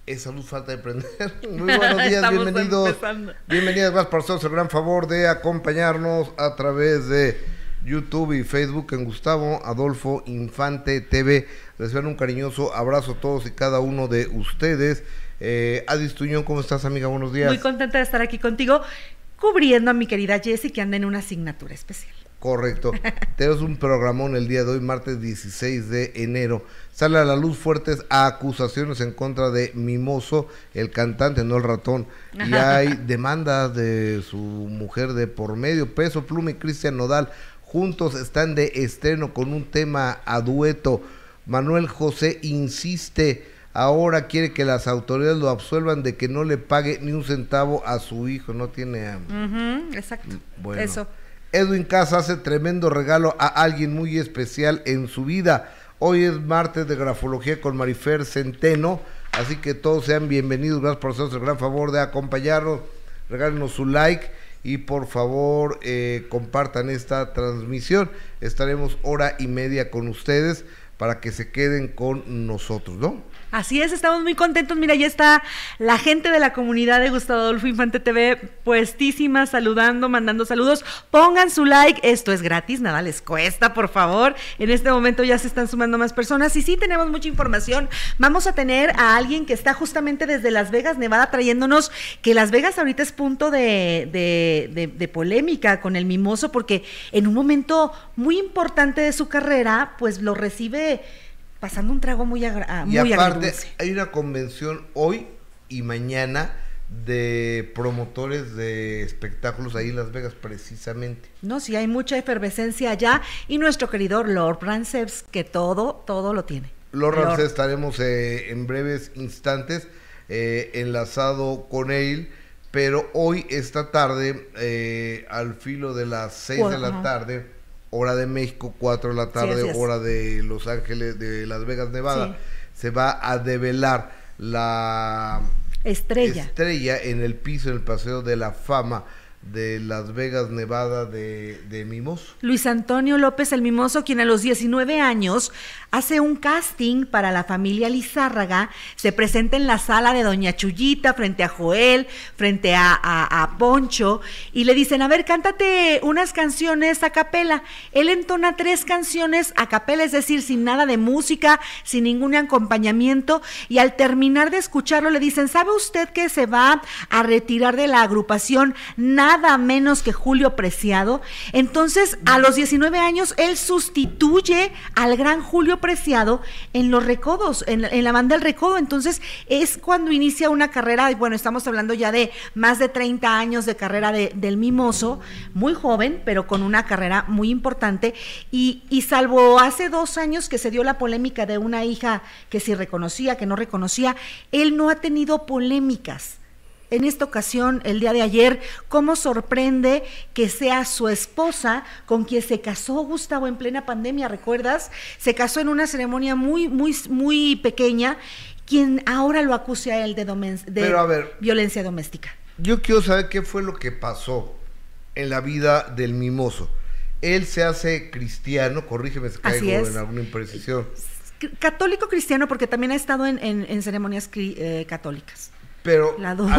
Esa luz falta de prender. Muy buenos días, Estamos bienvenidos. empezando. Bienvenidas, gracias por hacernos el gran favor de acompañarnos a través de YouTube y Facebook en Gustavo Adolfo Infante TV. Les dan un cariñoso abrazo a todos y cada uno de ustedes. Adis Tuñón, ¿cómo estás, amiga? Buenos días. Muy contenta de estar aquí contigo, cubriendo a mi querida Jessie, que anda en una asignatura especial. Correcto. Tenemos un programón el día de hoy, martes 16 de enero. Sale a la luz fuertes acusaciones en contra de Mimoso, el cantante, no el ratón. Y hay demandas de su mujer de por medio. Peso Pluma y Cristian Nodal juntos están de estreno con un tema a dueto. Manuel José insiste, ahora quiere que las autoridades lo absuelvan de que no le pague ni un centavo a su hijo. No tiene Exacto. Bueno. Eso. Edwin Casa hace tremendo regalo a alguien muy especial en su vida. Hoy es martes de grafología con Marifer Centeno, así que todos sean bienvenidos. Gracias por hacernos el gran favor de acompañarnos. Regálenos su like y por favor compartan esta transmisión. Estaremos hora y media con ustedes para que se queden con nosotros, ¿no? Así es, estamos muy contentos. Mira, ya está la gente de la comunidad de Gustavo Adolfo Infante TV puestísima, saludando, mandando saludos. Pongan su like, esto es gratis, nada les cuesta, por favor. En este momento ya se están sumando más personas y sí tenemos mucha información. Vamos a tener a alguien que está justamente desde Las Vegas, Nevada, trayéndonos que Las Vegas ahorita es punto de polémica con el Mimoso, porque en un momento muy importante de su carrera, pues lo recibe pasando un trago muy y aparte agridulce. hay una convención hoy y mañana de promotores de espectáculos ahí en Las Vegas precisamente. No, sí hay mucha efervescencia allá y nuestro querido Lord Ramsés que todo lo tiene. Lord Ramsés estaremos en breves instantes enlazado con él, pero hoy esta tarde al filo de las 6 de la tarde, hora de México, 4 de la tarde, sí, hora de Los Ángeles, de Las Vegas, Nevada, se va a develar la estrella en el piso, en el Paseo de la Fama de Las Vegas, Nevada, de Mimoso. Luis Antonio López el Mimoso, quien a los 19 años hace un casting para la familia Lizárraga, se presenta en la sala de Doña Chuyita, frente a Joel, frente a Poncho, y le dicen, a ver, cántate unas canciones a capela. Él entona 3 canciones a capela, es decir, sin nada de música, sin ningún acompañamiento, y al terminar de escucharlo le dicen, ¿sabe usted que se va a retirar de la agrupación nada menos que Julio Preciado? Entonces, a los 19 años, él sustituye al gran Julio Preciado en los Recodos, en la banda El Recodo. Entonces, es cuando inicia una carrera, bueno, estamos hablando ya de más de 30 años de carrera del Mimoso, muy joven, pero con una carrera muy importante, y salvo hace 2 años que se dio la polémica de una hija que si reconocía, que no reconocía, él no ha tenido polémicas. En esta ocasión, el día de ayer, cómo sorprende que sea su esposa con quien se casó Gustavo en plena pandemia, ¿recuerdas? Se casó en una ceremonia muy pequeña, quien ahora lo acuse a él de violencia doméstica. Yo quiero saber qué fue lo que pasó en la vida del Mimoso. Él se hace cristiano, corrígeme si caigo en alguna imprecisión. Católico cristiano, porque también ha estado en ceremonias católicas. Pero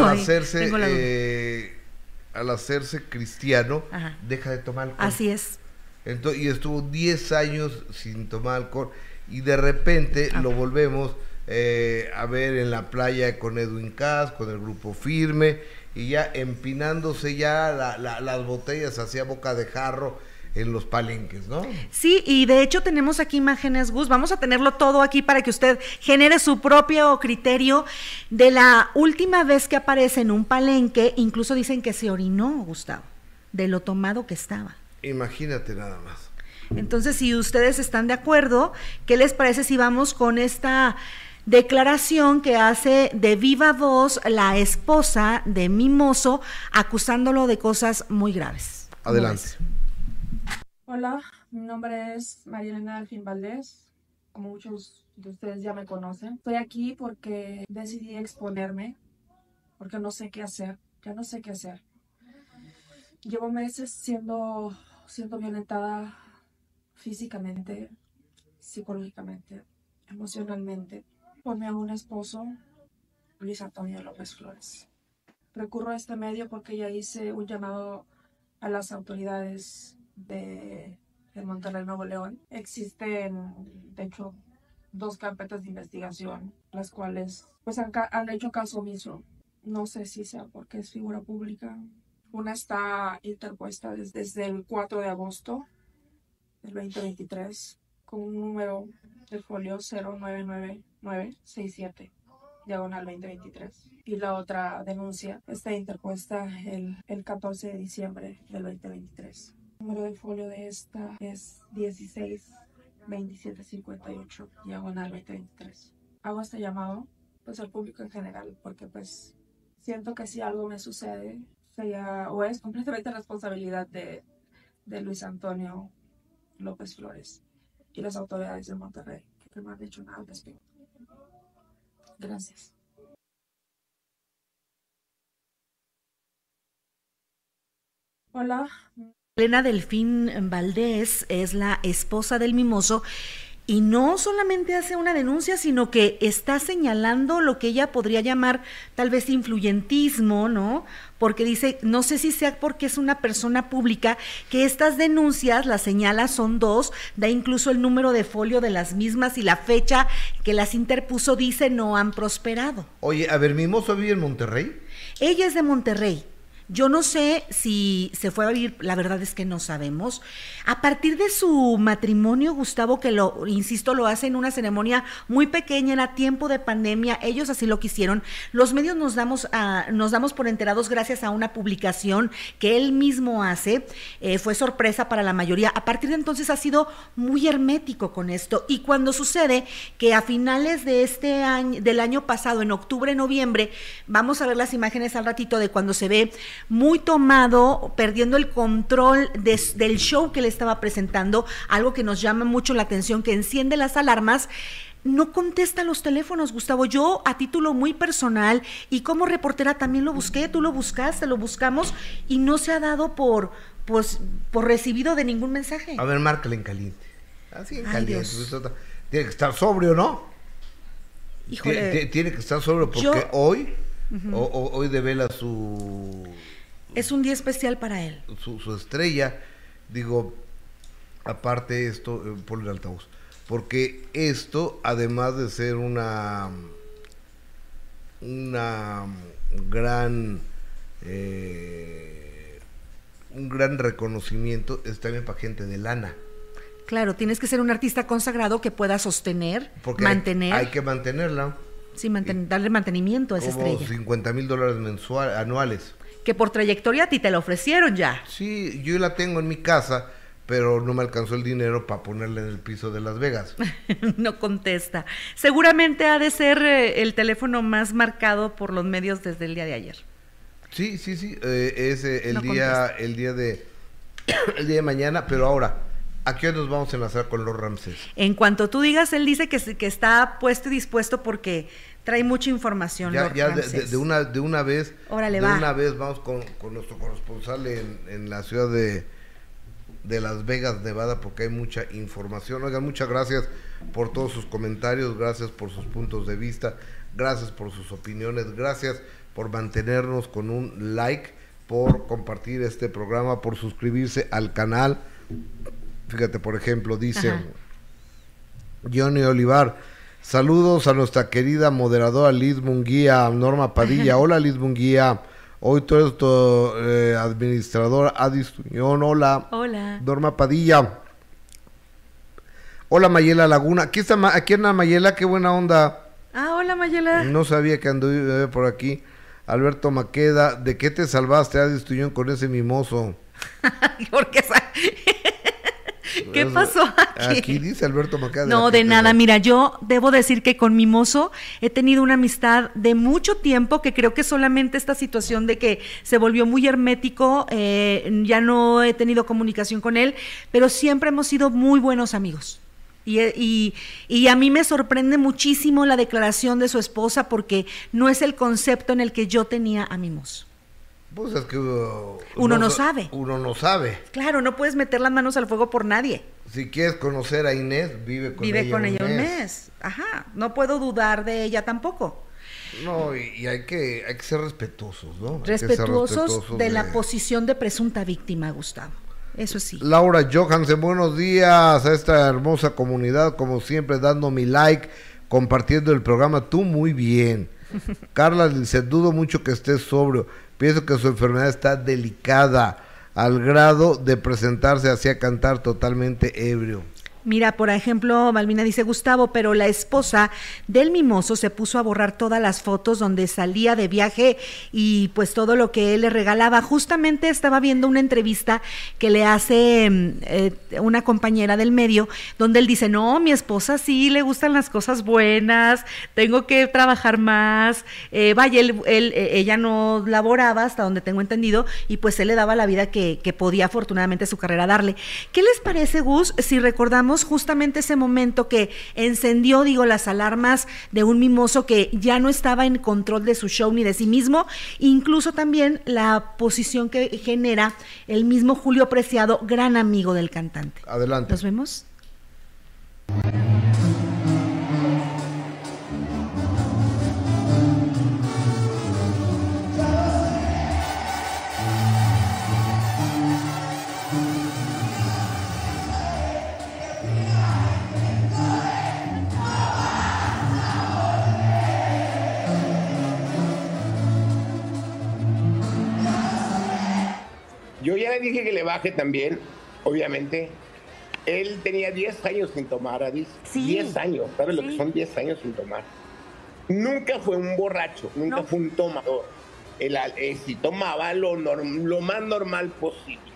al hacerse cristiano, deja de tomar alcohol. Así es. Entonces, y estuvo 10 años sin tomar alcohol y de repente lo volvemos a ver en la playa con Edwin Cass, con el Grupo Firme, y ya empinándose ya las botellas hacia boca de jarro en los palenques, ¿no? Sí, y de hecho tenemos aquí imágenes, Gus, vamos a tenerlo todo aquí para que usted genere su propio criterio de la última vez que aparece en un palenque. Incluso dicen que se orinó, Gustavo, de lo tomado que estaba. Imagínate nada más. Entonces, si ustedes están de acuerdo, ¿qué les parece si vamos con esta declaración que hace de viva voz la esposa de Mimoso, acusándolo de cosas muy graves? Adelante. Hola, mi nombre es María Elena Delfín Valdés, como muchos de ustedes ya me conocen. Estoy aquí porque decidí exponerme, porque no sé qué hacer, ya no sé qué hacer. Llevo meses siendo violentada físicamente, psicológicamente, emocionalmente, por mi aún esposo, Luis Antonio López Flores. Recurro a este medio porque ya hice un llamado a las autoridades de Monterrey, Nuevo León. Existen, de hecho, 2 carpetas de investigación, las cuales pues han hecho caso omiso. No sé si sea porque es figura pública. Una está interpuesta desde el 4 de agosto del 2023 con un número de folio 099967, diagonal 2023. Y la otra denuncia está interpuesta el 14 de diciembre del 2023. El número de folio de esta es 162758, diagonal 2023. Hago este llamado pues al público en general porque pues siento que si algo me sucede sería o es completamente responsabilidad de Luis Antonio López Flores y las autoridades de Monterrey, que no han hecho nada al respecto. Gracias. Hola. Elena Delfín Valdés es la esposa del mimoso y no solamente hace una denuncia, sino que está señalando lo que ella podría llamar tal vez influyentismo, ¿no? Porque dice, no sé si sea porque es una persona pública, que estas denuncias, las señala, son 2, da incluso el número de folio de las mismas y la fecha que las interpuso, dice, no han prosperado. Oye, a ver, ¿Mimoso vive en Monterrey? Ella es de Monterrey. Yo no sé si se fue a vivir, la verdad es que no sabemos. A partir de su matrimonio, Gustavo, que insisto, lo hace en una ceremonia muy pequeña, era tiempo de pandemia, ellos así lo quisieron. Los medios nos damos por enterados gracias a una publicación que él mismo hace, fue sorpresa para la mayoría. A partir de entonces ha sido muy hermético con esto, y cuando sucede que a finales de este año, del año pasado, en octubre, noviembre, vamos a ver las imágenes al ratito de cuando se ve muy tomado, perdiendo el control del show que le estaba presentando, algo que nos llama mucho la atención, que enciende las alarmas. No contesta los teléfonos, Gustavo. Yo, a título muy personal y como reportera, también lo busqué, tú lo buscaste, lo buscamos, y no se ha dado por recibido de ningún mensaje. A ver, márcale en caliente. Así en caliente. Tiene que estar sobrio, ¿no? Híjole. Tiene que estar sobrio porque hoy devela es un día especial para él. Su estrella, digo, aparte esto, por el altavoz, porque esto, además de ser una gran un gran reconocimiento, es también para gente de lana. Claro, tienes que ser un artista consagrado que pueda sostener, porque mantener. Hay que mantenerla. Sí, darle mantenimiento a esa estrella. $50,000 anuales. Que por trayectoria a ti te la ofrecieron ya. Sí, yo la tengo en mi casa, pero no me alcanzó el dinero para ponerla en el piso de Las Vegas. No contesta. Seguramente ha de ser el teléfono más marcado por los medios desde el día de ayer. Sí, es el día de mañana, pero ahora, ¿a qué hora nos vamos a enlazar con los Ramsés? En cuanto tú digas, él dice que está puesto y dispuesto porque trae mucha información. Ya de una vez. Órale, una vez vamos con nuestro corresponsal en la ciudad de Las Vegas, Nevada, porque hay mucha información. Oigan, muchas gracias por todos sus comentarios, gracias por sus puntos de vista, gracias por sus opiniones, gracias por mantenernos con un like, por compartir este programa, por suscribirse al canal. Fíjate, por ejemplo, dice Johnny Olivar: saludos a nuestra querida moderadora Liz Munguía, Norma Padilla. Hola, Liz Munguía. Hoy tú eres tu administradora, Adis Tuñón. Hola. Hola. Norma Padilla. Hola, Mayela Laguna. Aquí anda Mayela, qué buena onda. Ah, hola, Mayela. No sabía que anduve por aquí. Alberto Maqueda, ¿de qué te salvaste, Adis Tuñón, con ese mimoso? Porque ¿qué pasó aquí? Aquí dice Alberto Maqueda. No, de nada. Mira, yo debo decir que con Mimoso he tenido una amistad de mucho tiempo, que creo que solamente esta situación de que se volvió muy hermético, ya no he tenido comunicación con él, pero siempre hemos sido muy buenos amigos. Y a mí me sorprende muchísimo la declaración de su esposa, porque no es el concepto en el que yo tenía a Mimoso. Pues es que uno no sabe. Uno no sabe. Claro, no puedes meter las manos al fuego por nadie. Si quieres conocer a Inés, vive con ella un mes. Ajá, no puedo dudar de ella tampoco. No, y hay que ser respetuosos, ¿no? Respetuosos de la posición de presunta víctima, Gustavo. Eso sí. Laura Johansen, buenos días a esta hermosa comunidad, como siempre dando mi like, compartiendo el programa, tú muy bien. Carla dice, dudo mucho que estés sobrio, pienso que su enfermedad está delicada, al grado de presentarse así a cantar totalmente ebrio. Mira, por ejemplo, Malvina dice, Gustavo, pero la esposa del mimoso se puso a borrar todas las fotos donde salía de viaje y pues todo lo que él le regalaba. Justamente estaba viendo una entrevista que le hace una compañera del medio, donde él dice, no, mi esposa sí le gustan las cosas buenas, tengo que trabajar más. Vaya, ella no laboraba, hasta donde tengo entendido, y pues él le daba la vida que podía afortunadamente su carrera darle. ¿Qué les parece, Gus, si recordamos justamente ese momento que encendió, las alarmas de un mimoso que ya no estaba en control de su show ni de sí mismo, incluso también la posición que genera el mismo Julio Preciado, gran amigo del cantante? Adelante. ¿Nos vemos? Yo ya le dije que le baje también, obviamente. Él tenía 10 años sin tomar, Adis. Sí. 10 años, ¿sabes lo que son 10 años sin tomar? Nunca fue un borracho, nunca fue un tomador. Si tomaba lo más normal posible.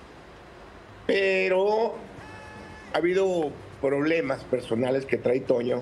Pero ha habido problemas personales que trae Toño.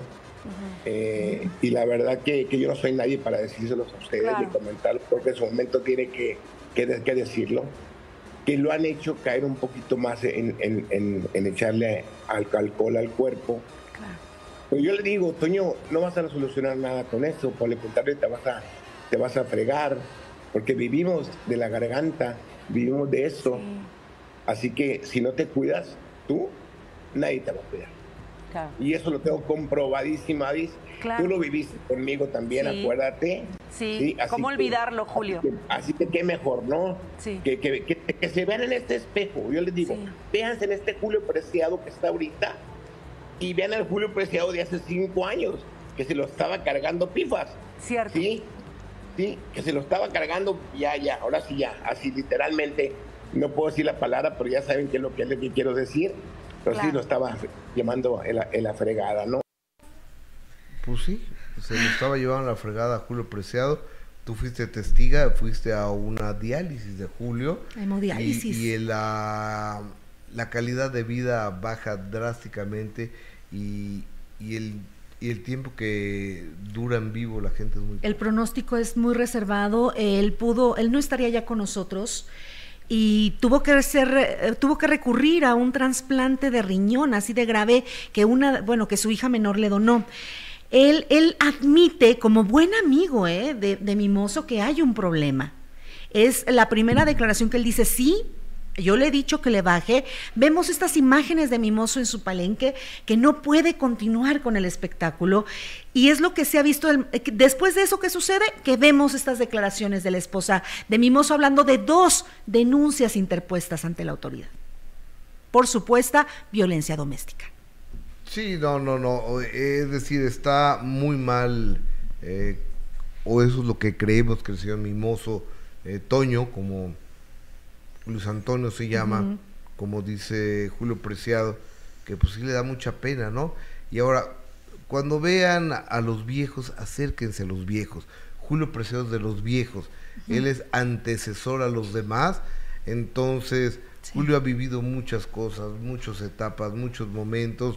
Y la verdad que yo no soy nadie para decírselos a ustedes, ni comentarlo, porque en su momento tiene que decirlo. Que lo han hecho caer un poquito más en echarle alcohol al cuerpo. Claro. Pero yo le digo, Toño, no vas a solucionar nada con eso, por el contrario te vas a fregar, porque vivimos de la garganta, vivimos de eso. Sí. Así que si no te cuidas, tú, nadie te va a cuidar. Claro. Y eso lo tengo comprobadísimo, Adis. Claro. Tú lo viviste conmigo también, acuérdate. Sí, ¿cómo olvidarlo, Julio? Así que qué mejor, ¿no? Sí. Que se vean en este espejo. Yo les digo, véanse en este Julio Preciado que está ahorita y vean al Julio Preciado de hace 5 años, que se lo estaba cargando pifas. Cierto. Sí, que se lo estaba cargando ahora sí ya, así literalmente. No puedo decir la palabra, pero ya saben qué es lo que quiero decir. Pero sí lo estaba llamando en la fregada, ¿no? Pues sí, se lo estaba llevando la fregada a Julio Preciado. Tú fuiste testiga, fuiste a una diálisis de Julio. Hemodiálisis. Y la calidad de vida baja drásticamente y el tiempo que dura en vivo la gente es muy... El pronóstico es muy reservado. Él no estaría ya con nosotros. Y tuvo que recurrir a un trasplante de riñón así de grave que su hija menor le donó. Él admite como buen amigo de Mimoso que hay un problema. Es la primera declaración que él dice, sí, yo le he dicho que le baje. Vemos estas imágenes de Mimoso en su palenque, que no puede continuar con el espectáculo, y es lo que se ha visto después de eso que sucede, que vemos estas declaraciones de la esposa de Mimoso hablando de 2 denuncias interpuestas ante la autoridad por supuesta violencia doméstica. Sí, no, es decir, está muy mal, o eso es lo que creemos que el señor Mimoso, Toño, como Luis Antonio se llama, como dice Julio Preciado, que pues sí le da mucha pena, ¿no? Y ahora, cuando vean a los viejos, acérquense a los viejos. Julio Preciado es de los viejos, él es antecesor a los demás, entonces Julio ha vivido muchas cosas, muchas etapas, muchos momentos,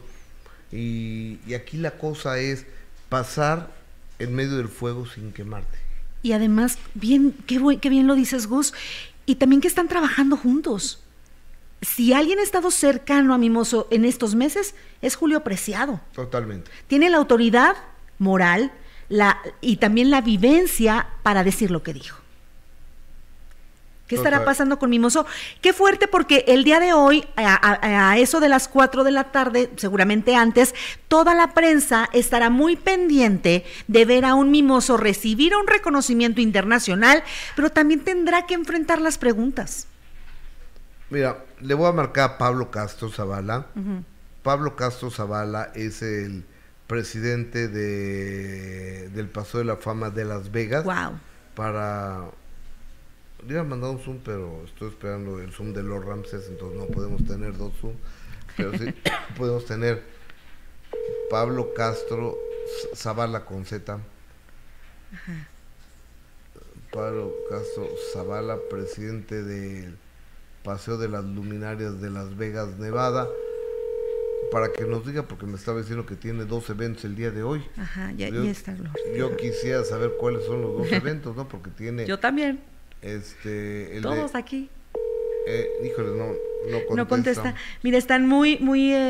y aquí la cosa es pasar en medio del fuego sin quemarte. Y además, qué bien lo dices, Gus, y también que están trabajando juntos. Si alguien ha estado cercano a Mimoso en estos meses, es Julio Preciado. Totalmente. Tiene la autoridad moral y también la vivencia para decir lo que dijo. ¿Qué estará pasando con Mimoso? Qué fuerte, porque el día de hoy, a eso de las 4 de la tarde, seguramente antes, toda la prensa estará muy pendiente de ver a un Mimoso recibir un reconocimiento internacional, pero también tendrá que enfrentar las preguntas. Mira, le voy a marcar a Pablo Castro Zavala. Pablo Castro Zavala es el presidente del Paseo de la Fama de Las Vegas. Wow. Le iba a mandar un Zoom, pero estoy esperando el Zoom de Lord Ramses, entonces no podemos tener 2 Zoom, pero sí podemos tener Pablo Castro Zavala con Z. Ajá. Pablo Castro Zavala, presidente del Paseo de las Luminarias de Las Vegas, Nevada, para que nos diga, porque me estaba diciendo que tiene 2 eventos el día de hoy. Ajá, ya está. Yo quisiera saber cuáles son los 2 eventos, ¿no? Porque tiene... Yo también. Todos aquí. Híjole, no contesta. Mira, están muy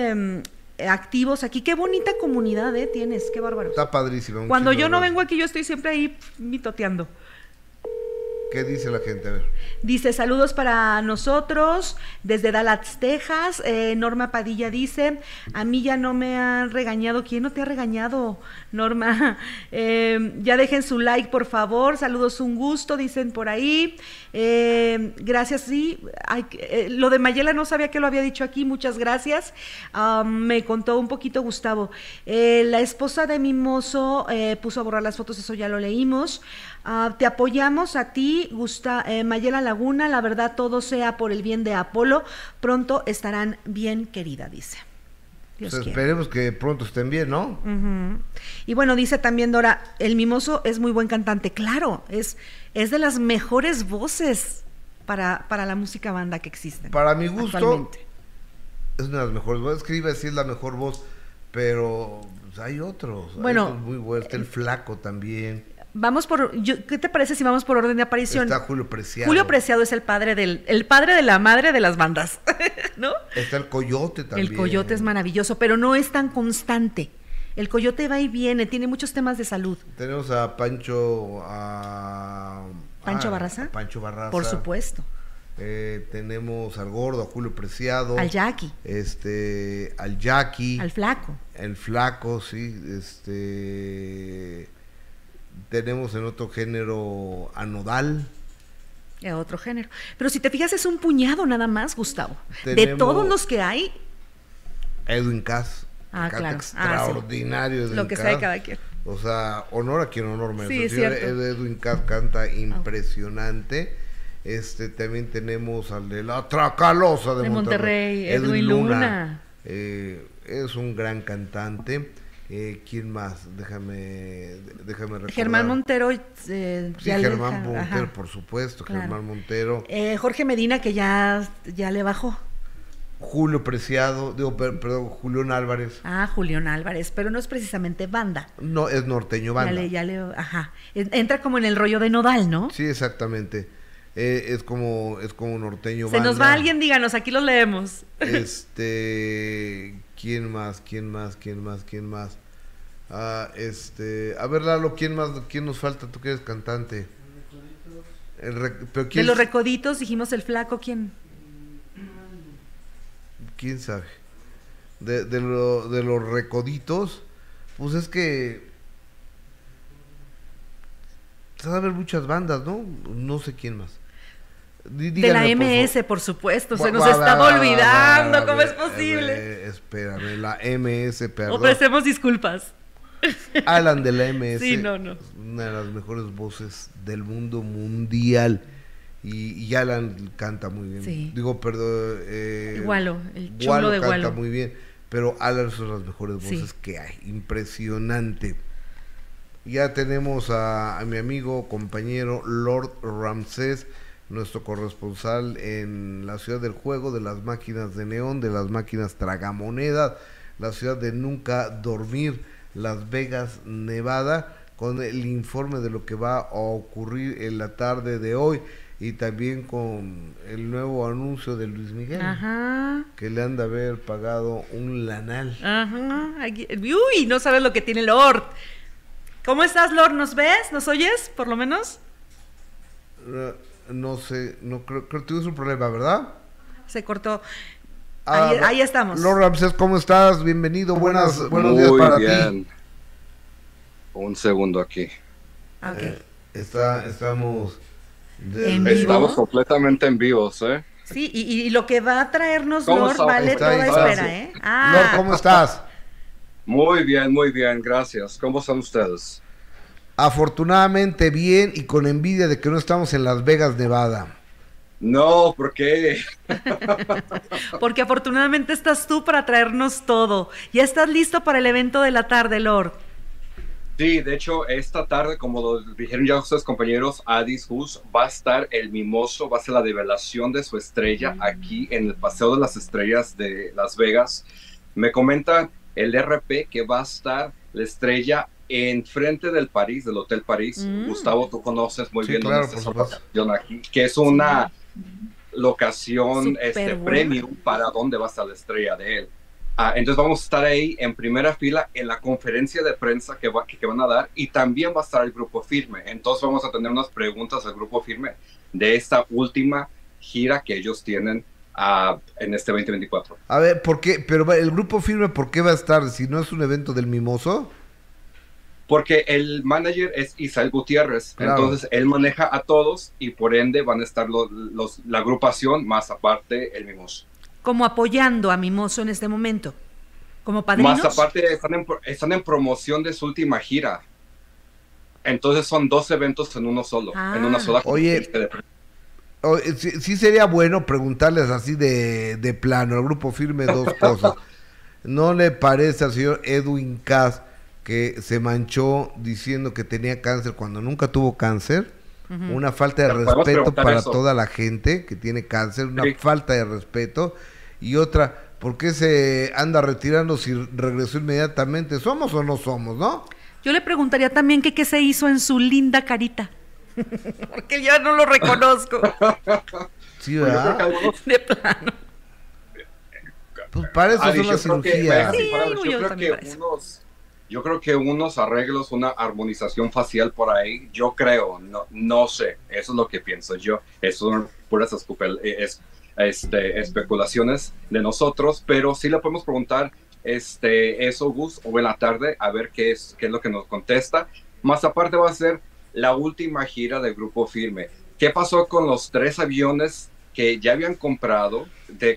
activos aquí. Qué bonita comunidad tienes, qué bárbaro. Está padrísimo. Cuando yo no vengo aquí, yo estoy siempre ahí mitoteando. ¿Qué dice la gente? A ver. Dice, saludos para nosotros desde Dallas, Texas. Norma Padilla dice, a mí ya no me han regañado. ¿Quién no te ha regañado, Norma? Ya dejen su like, por favor. Saludos, un gusto, dicen por ahí. Gracias, sí. Lo de Mayela no sabía que lo había dicho aquí. Muchas gracias. Me contó un poquito Gustavo. La esposa de Mimoso puso a borrar las fotos, eso ya lo leímos. Te apoyamos a ti, Mayela Laguna, la verdad todo sea por el bien de Apolo, pronto estarán bien, querida, dice. Pues esperemos que pronto estén bien, ¿no? Y bueno, dice también Dora, el Mimoso es muy buen cantante, claro, es de las mejores voces para la música banda que existen. Para mi gusto, es una de las mejores voces, es que iba a decir la mejor voz, pero pues, hay otros, bueno, hay otros muy buenos, está el Flaco también. Vamos ¿qué te parece si vamos por orden de aparición? Está Julio Preciado. Julio Preciado es el padre de la madre de las bandas, ¿no? Está el Coyote también. El Coyote es maravilloso, pero no es tan constante. El Coyote va y viene, tiene muchos temas de salud. Tenemos a Pancho Barraza. A Pancho Barraza. Por supuesto. Tenemos al Gordo, a Julio Preciado. Al Jackie. Al Jackie. Al Flaco. El Flaco, sí. Tenemos en otro género a Nodal. Otro género. Pero si te fijas, es un puñado nada más, Gustavo. De todos los que hay. Edwin Cass. Claro. Extraordinario. Sí. Lo que sea de cada quien. O sea, honor a quien honor merece. Sí, cierto. Edwin Cass canta impresionante. También tenemos al de la Tracalosa de Monterrey. Edwin Luna. Es un gran cantante. ¿Quién más? Déjame recordar. Germán Montero. Germán Montero, por supuesto. Claro. Germán Montero. Jorge Medina, que ya le bajó. Julio Preciado, Julián Álvarez. Julián Álvarez, pero no es precisamente banda. No, es norteño banda. Entra como en el rollo de Nodal, ¿no? Sí, exactamente. Es como norteño banda. Se nos va alguien, díganos, aquí los leemos. ¿Quién más? A ver, Lalo, ¿quién nos falta? Tú que eres cantante. De los Recoditos dijimos el Flaco, ¿quién? ¿Quién sabe? De los Recoditos, pues es que va a haber muchas bandas, ¿no? No sé quién más. De la MS, por supuesto, se nos estaba olvidando, ¿cómo es posible? Espérame, la MS, perdón. Ofrecemos disculpas. Alan de la MS, sí, no. Una de las mejores voces del mundo mundial. Y Alan canta muy bien. Sí. Gualo, el chulo de Gualo. Canta muy bien, pero Alan son las mejores voces que hay. Impresionante. Ya tenemos a mi amigo, compañero Lord Ramses, nuestro corresponsal en la ciudad del juego, de las máquinas de neón, de las máquinas tragamonedas, la ciudad de nunca dormir, Las Vegas, Nevada, con el informe de lo que va a ocurrir en la tarde de hoy y también con el nuevo anuncio de Luis Miguel, que le han de haber pagado un lanal. Uy, no sabes lo que tiene Lord. ¿Cómo estás, Lord? ¿Nos ves? ¿Nos oyes, por lo menos? No sé, no creo que tuvimos un problema, ¿verdad? Se cortó. Ahí estamos. Lord Ramsés, ¿cómo estás? Bienvenido, buenos días para ti. Un segundo aquí. Okay. Estamos Estamos completamente en vivo, ¿eh? Sí, y lo que va a traernos Lord vale toda espera, ¿eh? Lord, ¿cómo estás? Muy bien, gracias. ¿Cómo están ustedes? Afortunadamente bien y con envidia de que no estamos en Las Vegas, Nevada. No, ¿por qué? Porque afortunadamente estás tú para traernos todo. ¿Ya estás listo para el evento de la tarde, Lord? Sí, de hecho, esta tarde, como lo dijeron ya ustedes, compañeros, Addis Hus, va a estar el Mimoso, va a ser la develación de su estrella aquí en el Paseo de las Estrellas de Las Vegas. Me comenta el RP que va a estar la estrella enfrente del París, del Hotel París. Gustavo, tú conoces muy bien dónde está esa locación aquí, que es una locación premium para dónde va a estar la estrella de él. Entonces vamos a estar ahí en primera fila en la conferencia de prensa que van a dar, y también va a estar el Grupo Firme. Entonces vamos a tener unas preguntas al Grupo Firme de esta última gira que ellos tienen en este 2024. A ver, ¿por qué? Pero el Grupo Firme, ¿por qué va a estar si no es un evento del Mimoso? Porque el manager es Isael Gutiérrez, claro. Entonces él maneja a todos y por ende van a estar la agrupación más aparte el Mimoso. Como apoyando a Mimoso en este momento, como padrinos. Más aparte están en promoción de su última gira. Entonces son 2 eventos en uno solo, en una sola. Oye, sí sería bueno preguntarles así de plano al Grupo Firme 2 cosas. ¿No le parece al señor Edwin Cass que se manchó diciendo que tenía cáncer cuando nunca tuvo cáncer? Una falta de respeto para toda la gente que tiene cáncer, una falta de respeto. Y otra, ¿por qué se anda retirando si regresó inmediatamente? ¿Somos o no somos, no? Yo le preguntaría también qué se hizo en su linda carita, porque yo no lo reconozco. Sí, ¿verdad? De plano. Pues para eso son las cirugías. Yo creo que unos arreglos, una armonización facial por ahí, yo creo, no sé, eso es lo que pienso yo, eso son puras especulaciones de nosotros, pero sí le podemos preguntar eso, Gus, o en la tarde, a ver qué es lo que nos contesta. Más aparte va a ser la última gira del Grupo Firme. ¿Qué pasó con los 3 aviones que ya habían comprado,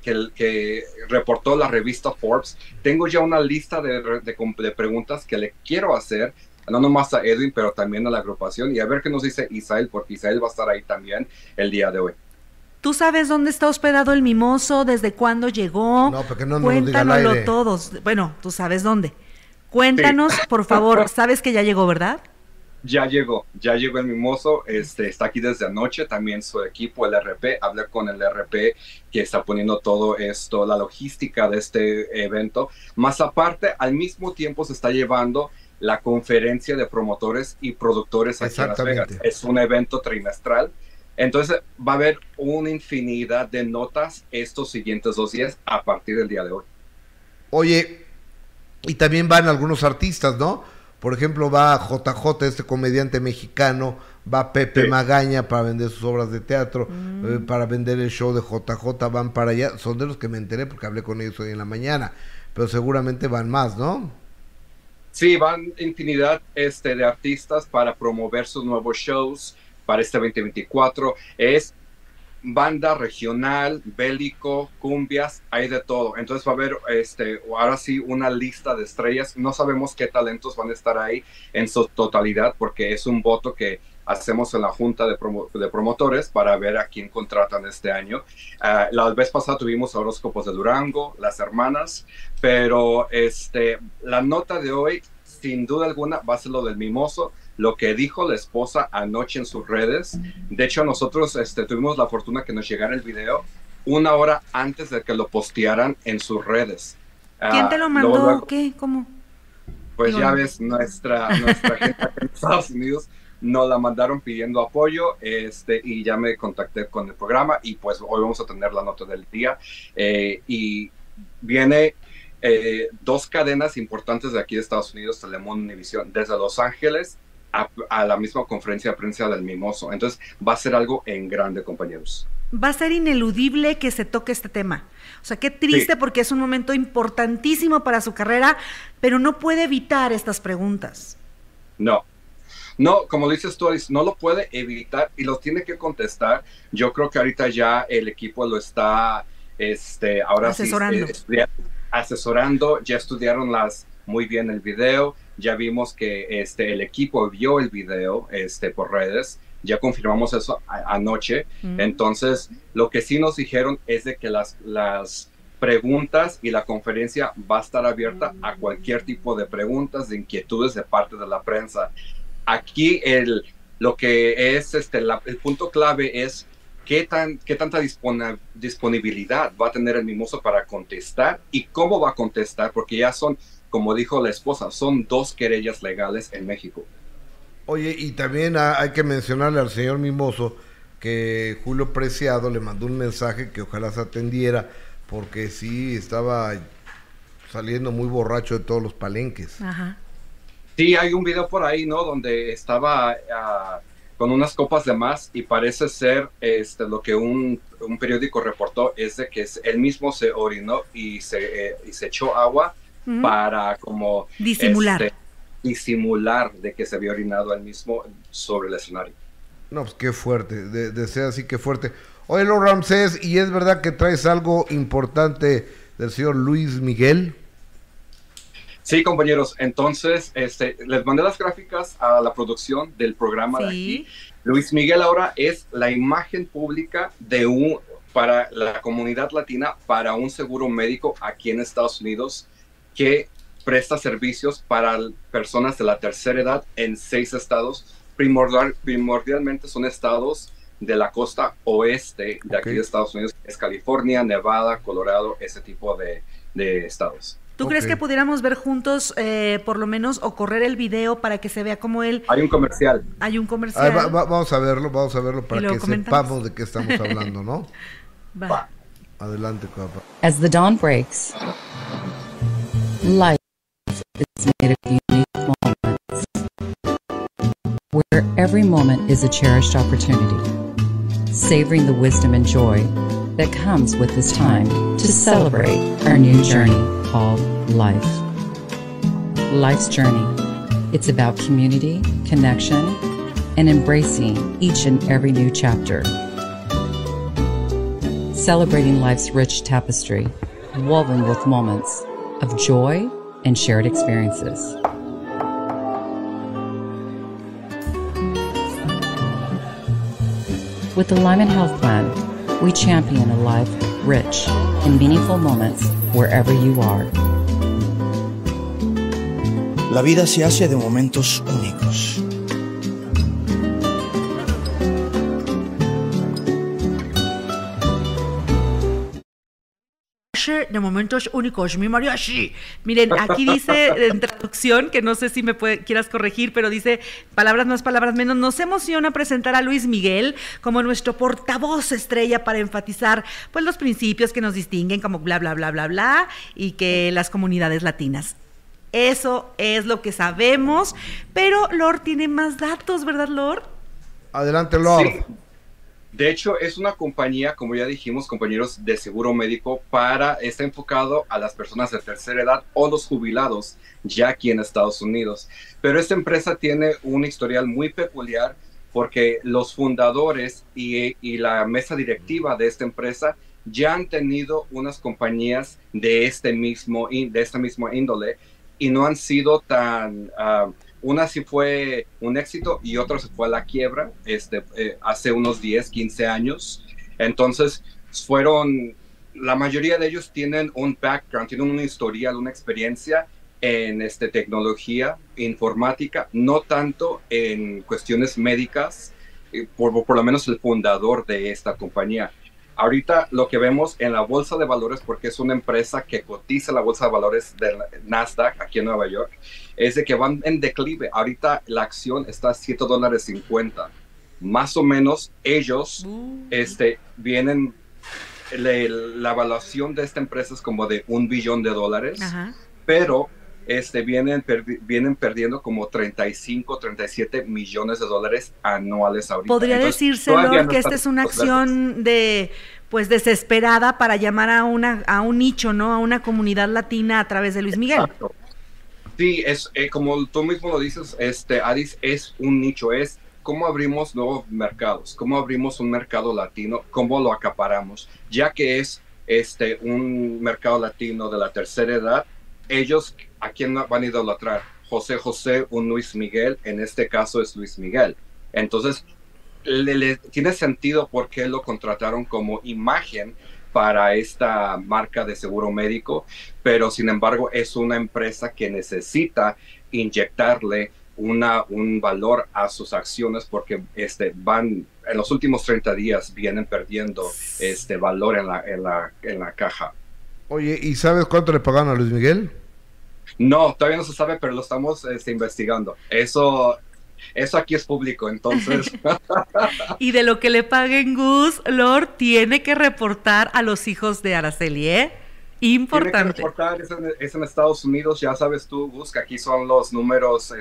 que reportó la revista Forbes? Tengo ya una lista de preguntas que le quiero hacer, no nomás a Edwin, pero también a la agrupación, y a ver qué nos dice Isael, porque Isael va a estar ahí también el día de hoy. ¿Tú sabes dónde está hospedado el Mimoso? ¿Desde cuándo llegó? No, porque no nos Cuéntanoslo diga al aire. todos. Bueno, tú sabes dónde. Cuéntanos, por favor. ¿Sabes que ya llegó, verdad? Ya llegó el Mimoso, está aquí desde anoche, también su equipo, el RP, hablé con el RP que está poniendo todo esto, la logística de este evento, más aparte, al mismo tiempo se está llevando la conferencia de promotores y productores aquí en Las Vegas. Es un evento trimestral, entonces va a haber una infinidad de notas estos siguientes 2 días a partir del día de hoy. Oye, y también van algunos artistas, ¿no? Por ejemplo, va JJ, este comediante mexicano, va Pepe Magaña para vender sus obras de teatro, para vender el show de JJ, van para allá. Son de los que me enteré porque hablé con ellos hoy en la mañana, pero seguramente van más, ¿no? Sí, van infinidad de artistas para promover sus nuevos shows para este 2024. Es banda regional, bélico, cumbias, hay de todo. Entonces va a haber ahora sí una lista de estrellas. No sabemos qué talentos van a estar ahí en su totalidad porque es un voto que hacemos en la junta de promotores para ver a quién contratan este año. La vez pasada tuvimos horóscopos de Durango, las hermanas, pero la nota de hoy sin duda alguna va a ser lo del Mimoso, lo que dijo la esposa anoche en sus redes. De hecho, nosotros tuvimos la fortuna que nos llegara el video 1 hora antes de que lo postearan en sus redes. ¿Quién te lo mandó? Luego, ¿Qué? ¿Cómo? Pues ya ves, nuestra gente en Estados Unidos nos la mandaron pidiendo apoyo, y ya me contacté con el programa y pues hoy vamos a tener la nota del día, y viene 2 cadenas importantes de aquí de Estados Unidos, Telemundo, Univision, desde Los Ángeles a la misma conferencia de prensa del Mimoso. Entonces va a ser algo en grande, compañeros. Va a ser ineludible que se toque este tema. O sea, qué triste, porque es un momento importantísimo para su carrera, pero no puede evitar estas preguntas. No, como dices tú, Alice, no lo puede evitar y lo tiene que contestar. Yo creo que ahorita ya el equipo lo está ahora asesorando. Asesorando, ya estudiaron muy bien el video, ya vimos que el equipo vio el video por redes, ya confirmamos eso anoche. Entonces, lo que sí nos dijeron es de que las preguntas y la conferencia va a estar abierta a cualquier tipo de preguntas, de inquietudes de parte de la prensa. Aquí lo que es el punto clave es qué tanta disponibilidad va a tener el Mimoso para contestar y cómo va a contestar, porque ya son, como dijo la esposa, son 2 querellas legales en México. Oye, y también hay que mencionarle al señor Mimoso que Julio Preciado le mandó un mensaje que ojalá se atendiera, porque sí estaba saliendo muy borracho de todos los palenques. Ajá. Sí, hay un video por ahí, ¿no? Donde estaba con unas copas de más y parece ser lo que un periódico reportó es de que él mismo se orinó y se echó agua para como disimular de que se había orinado él mismo sobre el escenario. No, pues qué fuerte, de ser así, qué fuerte. Oye, Lord Ramsés, ¿y es verdad que traes algo importante del señor Luis Miguel? Sí, compañeros, entonces les mandé las gráficas a la producción del programa de aquí. Luis Miguel ahora es la imagen pública para la comunidad latina, para un seguro médico aquí en Estados Unidos que presta servicios para personas de la tercera edad en 6 estados. Primordialmente son estados de la costa oeste de aquí de Estados Unidos. Es California, Nevada, Colorado, ese tipo de estados. ¿Tú crees que pudiéramos ver juntos, por lo menos, o correr el video para que se vea cómo él... Hay un comercial. Hay un comercial. Vamos a verlo para que sepamos de qué estamos hablando, ¿no? Va. Adelante, papá. As the dawn breaks, life is made of unique moments, where every moment is a cherished opportunity, savoring the wisdom and joy that comes with this time to celebrate our new journey called life. Life's journey. It's about community, connection, and embracing each and every new chapter. Celebrating life's rich tapestry, woven with moments of joy and shared experiences. With the Lyman Health Plan, we champion a life rich in meaningful moments wherever you are. La vida se hace de momentos únicos. De momentos únicos, mi mariachi. Miren, aquí dice en traducción, que no sé si quieras corregir, pero dice palabras más, palabras menos. Nos emociona presentar a Luis Miguel como nuestro portavoz estrella para enfatizar pues los principios que nos distinguen como bla, bla, bla, bla, bla, y que las comunidades latinas. Eso es lo que sabemos, pero Lord tiene más datos, ¿verdad, Lord? Adelante, Lord. Sí. De hecho, es una compañía, como ya dijimos, compañeros, de seguro médico está enfocado a las personas de tercera edad o los jubilados ya aquí en Estados Unidos. Pero esta empresa tiene un historial muy peculiar porque los fundadores y la mesa directiva de esta empresa ya han tenido unas compañías de esta misma índole y no han sido tan... una sí fue un éxito y otra se fue a la quiebra hace unos 10, 15 años. Entonces la mayoría de ellos tienen un background, tienen una historial, una experiencia en tecnología, informática, no tanto en cuestiones médicas, por lo menos el fundador de esta compañía. Ahorita lo que vemos en la bolsa de valores, porque es una empresa que cotiza la bolsa de valores de Nasdaq aquí en Nueva York, es de que van en declive. Ahorita la acción está a $7.50. Más o menos ellos vienen, la evaluación de esta empresa es como de $1 billón. Ajá. Pero vienen perdiendo como 35, 37 millones de dólares anuales ahorita. Podría decirse, Lord, que esta es una acción pues desesperada para llamar a un nicho, ¿no? A una comunidad latina a través de Luis Miguel. Exacto. Sí, es como tú mismo lo dices, Adis, es un nicho, es cómo abrimos nuevos mercados, cómo abrimos un mercado latino, cómo lo acaparamos, ya que es un mercado latino de la tercera edad. Ellos, ¿a quién van a idolatrar? José José, un Luis Miguel, en este caso es Luis Miguel. Entonces, tiene sentido por qué lo contrataron como imagen para esta marca de seguro médico, pero sin embargo es una empresa que necesita inyectarle un valor a sus acciones porque en los últimos 30 días vienen perdiendo valor en la caja. Oye, ¿y sabes cuánto le pagaron a Luis Miguel? No, todavía no se sabe, pero lo estamos investigando. Eso aquí es público, entonces. Y de lo que le paguen, Gus, Lord tiene que reportar a los hijos de Araceli, ¿eh? Importante. Tiene que reportar, es en Estados Unidos, ya sabes tú, Gus, que aquí son los números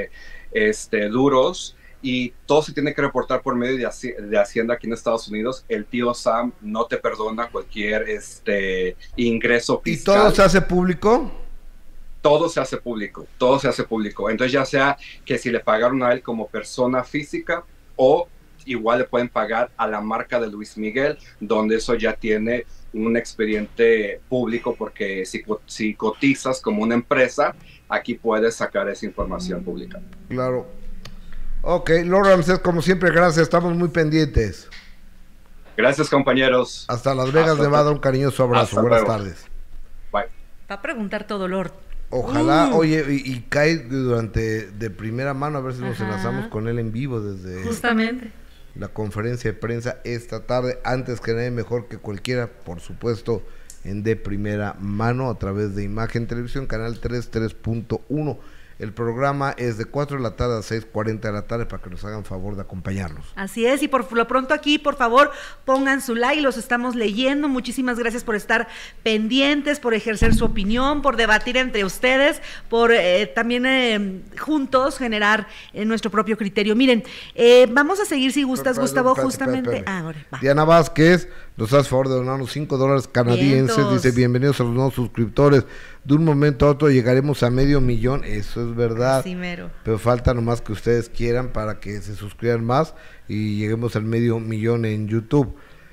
duros y todo se tiene que reportar por medio de Hacienda aquí en Estados Unidos. El tío Sam no te perdona cualquier ingreso fiscal. ¿Y todo se hace público? Todo se hace público, todo se hace público. Entonces ya sea que si le pagaron a él como persona física o igual le pueden pagar a la marca de Luis Miguel, donde eso ya tiene un expediente público, porque si cotizas como una empresa, aquí puedes sacar esa información pública. Claro. Ok, Lord Ramsés, como siempre, gracias, estamos muy pendientes. Gracias, compañeros. Hasta Las Vegas, Nevada, un cariñoso abrazo. Buenas tardes. Bye. Va a preguntar todo, Lord. Ojalá, oye, y cae de primera mano, a ver si nos enlazamos con él en vivo desde justamente la conferencia de prensa esta tarde, antes que nadie, mejor que cualquiera, por supuesto, en de primera mano, a través de Imagen Televisión, canal 3.1. El programa es de 4 de la tarde a 6:40 de la tarde para que nos hagan favor de acompañarnos. Así es, y por lo pronto aquí, por favor, pongan su like, los estamos leyendo. Muchísimas gracias por estar pendientes, por ejercer su opinión, por debatir entre ustedes, por también juntos generar nuestro propio criterio. Miren, vamos a seguir, si gustas, Gustavo, justamente. Ahora, Diana Vázquez nos hace favor de donarnos $5 canadienses. Vientos. Dice: bienvenidos a los nuevos suscriptores. De un momento a otro llegaremos a 500,000, eso es verdad. Sí, mero. Pero falta nomás que ustedes quieran para que se suscriban más y lleguemos al 500,000 en YouTube.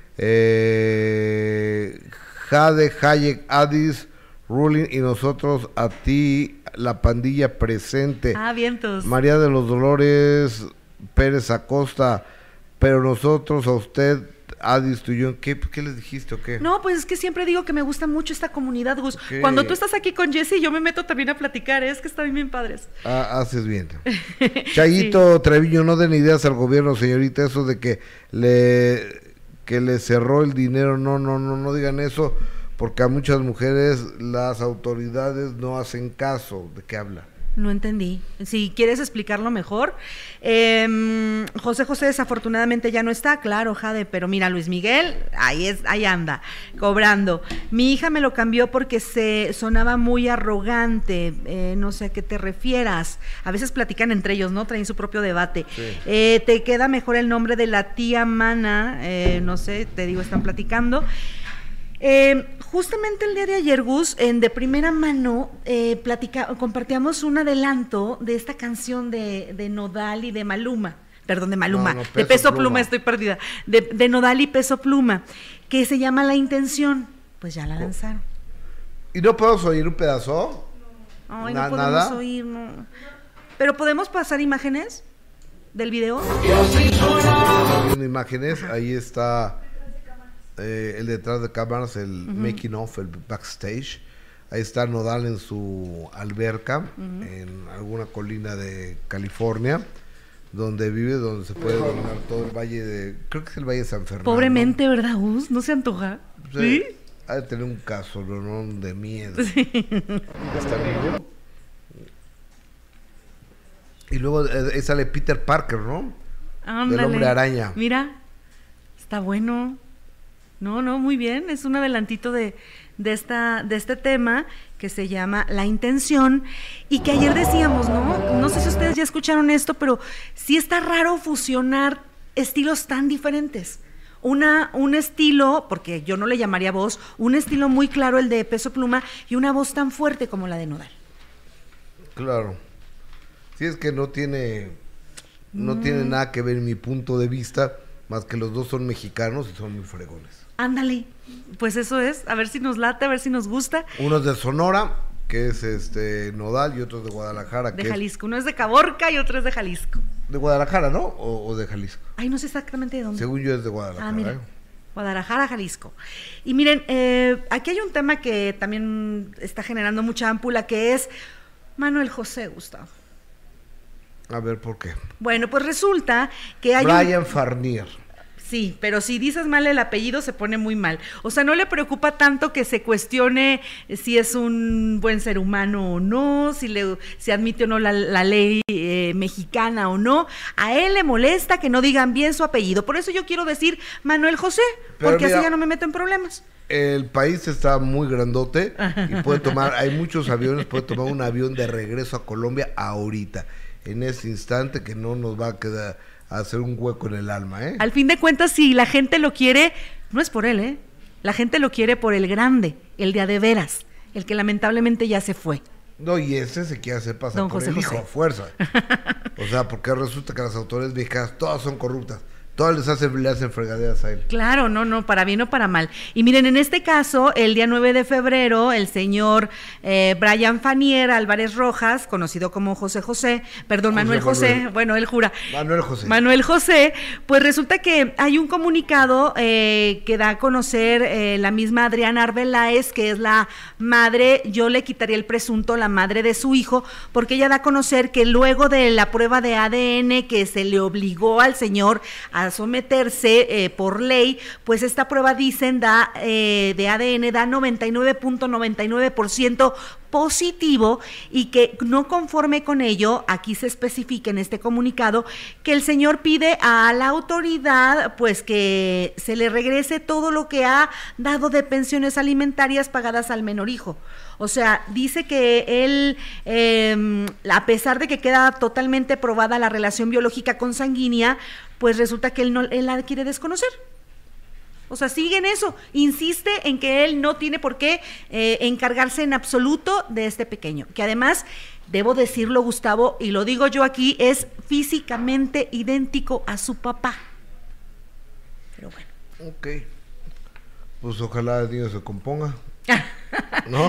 Jade, Hayek, Adis, Ruling y nosotros a ti, la pandilla presente. Vientos. María de los Dolores Pérez Acosta, pero nosotros a usted, Adis, tú y yo, ¿qué les dijiste o qué? No, pues es que siempre digo que me gusta mucho esta comunidad, Gus. Okay. Cuando tú estás aquí con Jessy, yo me meto también a platicar, es que están bien padres. Haces bien. Chayito sí. Treviño, no den ideas al gobierno, señorita, eso de que le cerró el dinero, no digan eso, porque a muchas mujeres las autoridades no hacen caso. ¿De qué habla? No entendí. Si quieres explicarlo mejor. José José desafortunadamente ya no está, claro, Jade, pero mira, Luis Miguel, ahí anda, cobrando. Mi hija me lo cambió porque se sonaba muy arrogante, no sé a qué te refieras. A veces platican entre ellos, ¿no? Traen su propio debate. Sí. Te queda mejor el nombre de la tía Mana, no sé, te digo, están platicando. Justamente el día de ayer, Gus, de primera mano compartíamos un adelanto de esta canción de Nodal y de Maluma, perdón, de Maluma, de Peso Pluma, estoy perdida, de Nodal y Peso Pluma, que se llama La Intención. Pues ya la lanzaron. ¿Y no podemos oír un pedazo? Ay, no podemos oír, no. ¿Pero podemos pasar imágenes del video? Imágenes, ahí está el detrás de cámaras, el making of, el backstage. Ahí está Nodal en su alberca, en alguna colina de California, donde vive, donde se puede dominar todo el valle de, creo que es el valle de San Fernando. Pobremente, ¿verdad, Gus? ¿No se antoja? ¿Sí? Ha de tener un caso, ¿no? De miedo. Sí. Está vivo. Y luego sale Peter Parker, ¿no? Ándale. Del Hombre Araña. Mira, está bueno. No, muy bien, es un adelantito de este tema que se llama La Intención, y que ayer decíamos, no sé si ustedes ya escucharon esto, pero sí está raro fusionar estilos tan diferentes. Un estilo, porque yo no le llamaría voz, un estilo muy claro, el de Peso Pluma, y una voz tan fuerte como la de Nodal. Claro. Sí, es que no tiene nada que ver mi punto de vista, más que los dos son mexicanos y son muy fregones. Ándale, pues eso es, a ver si nos late, a ver si nos gusta. Uno es de Sonora, que es Nodal, y otro es de Guadalajara. De Jalisco, uno es de Caborca y otro es de Jalisco. De Guadalajara, ¿no? ¿O de Jalisco? Ay, no sé exactamente de dónde. Según yo es de Guadalajara. Mira, Guadalajara, Jalisco. Y miren, aquí hay un tema que también está generando mucha ámpula, que es Manuel José, Gustavo. A ver, ¿por qué? Bueno, pues resulta que hay Brian Farnier. Sí, pero si dices mal el apellido se pone muy mal. O sea, no le preocupa tanto que se cuestione si es un buen ser humano o no, si admite o no la ley mexicana o no. A él le molesta que no digan bien su apellido. Por eso yo quiero decir Manuel José, porque mira, así ya no me meto en problemas. El país está muy grandote y hay muchos aviones, puede tomar un avión de regreso a Colombia ahorita, en ese instante, que no nos va a quedar a hacer un hueco en el alma, ¿eh? Al fin de cuentas, si la gente lo quiere, no es por él, ¿eh? La gente lo quiere por el grande, el de a de veras, el que lamentablemente ya se fue. No, y ese se quiere hacer pasar Don por José el hijo, José. a fuerza. O sea, porque resulta que las autoridades mexicanas todas son corruptas. Todas le hacen fregaderas a él. Claro, no, para bien o para mal. Y miren, en este caso, el día 9 de febrero, el señor Brian Farnier Álvarez Rojas, conocido como Manuel José, bueno, él jura. Manuel José, pues resulta que hay un comunicado que da a conocer la misma Adriana Arbeláez, que es la madre, yo le quitaría el presunto, la madre de su hijo, porque ella da a conocer que luego de la prueba de ADN que se le obligó al señor a someterse por ley, pues esta prueba dicen de ADN da 99.99% positivo, y que no conforme con ello, aquí se especifica en este comunicado que el señor pide a la autoridad pues que se le regrese todo lo que ha dado de pensiones alimentarias pagadas al menor hijo. O sea, dice que él, a pesar de que queda totalmente probada la relación biológica consanguínea, pues resulta que él la quiere desconocer. O sea, sigue en eso, insiste en que él no tiene por qué encargarse en absoluto de este pequeño, que además, debo decirlo, Gustavo, y lo digo yo aquí, es físicamente idéntico a su papá. Pero bueno. Ok. Pues ojalá el niño se componga, ¿no?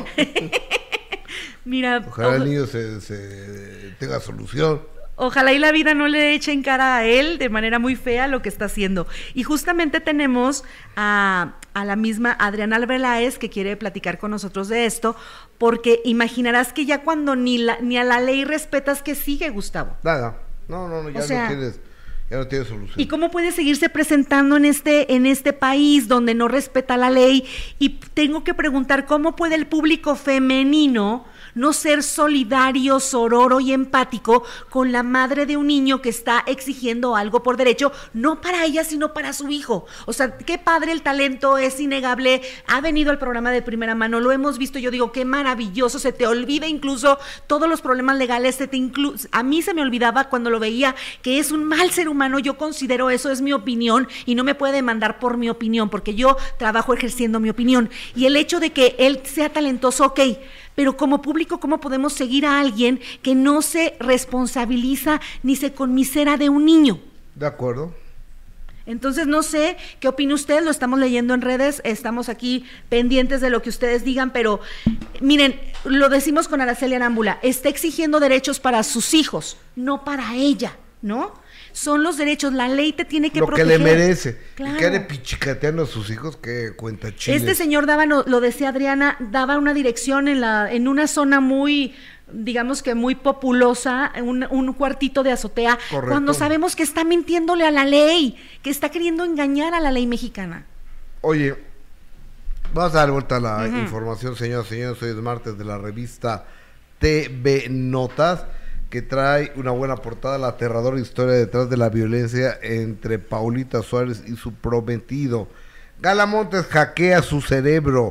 Mira, ojalá el niño se tenga solución. Ojalá y la vida no le eche en cara a él de manera muy fea lo que está haciendo. Y justamente tenemos a la misma Adriana Arbeláez, que quiere platicar con nosotros de esto, porque imaginarás que ya cuando ni a la ley respetas, que sigue, Gustavo. Nada, no, ya no tienes solución. ¿Y cómo puede seguirse presentando en este país donde no respeta la ley? Y tengo que preguntar, ¿cómo puede el público femenino no ser solidario, sororo y empático con la madre de un niño que está exigiendo algo por derecho, no para ella, sino para su hijo? O sea, qué padre el talento, es innegable, ha venido al programa de primera mano, lo hemos visto, yo digo, qué maravilloso, se te olvida incluso todos los problemas legales, a mí se me olvidaba cuando lo veía, que es un mal ser humano, yo considero eso, es mi opinión, y no me puede demandar por mi opinión, porque yo trabajo ejerciendo mi opinión, y el hecho de que él sea talentoso, ok, pero como público, ¿cómo podemos seguir a alguien que no se responsabiliza ni se conmisera de un niño? De acuerdo. Entonces, no sé qué opina usted, lo estamos leyendo en redes, estamos aquí pendientes de lo que ustedes digan, pero miren, lo decimos con Araceli Arámbula, está exigiendo derechos para sus hijos, no para ella, ¿no? Son los derechos, la ley te tiene que proteger. Lo que le merece. Claro. Y que ande pichicateando a sus hijos, que cuenta chiles. Este señor lo decía Adriana, daba una dirección en una zona muy, digamos que muy populosa, un cuartito de azotea. Correcto. Cuando sabemos que está mintiéndole a la ley, que está queriendo engañar a la ley mexicana. Oye, vamos a dar vuelta a la información, señoras y señores. Hoy es martes de la revista TV Notas, que trae una buena portada, la aterradora historia detrás de la violencia entre Paulita Suárez y su prometido. Gala Montes hackea su cerebro,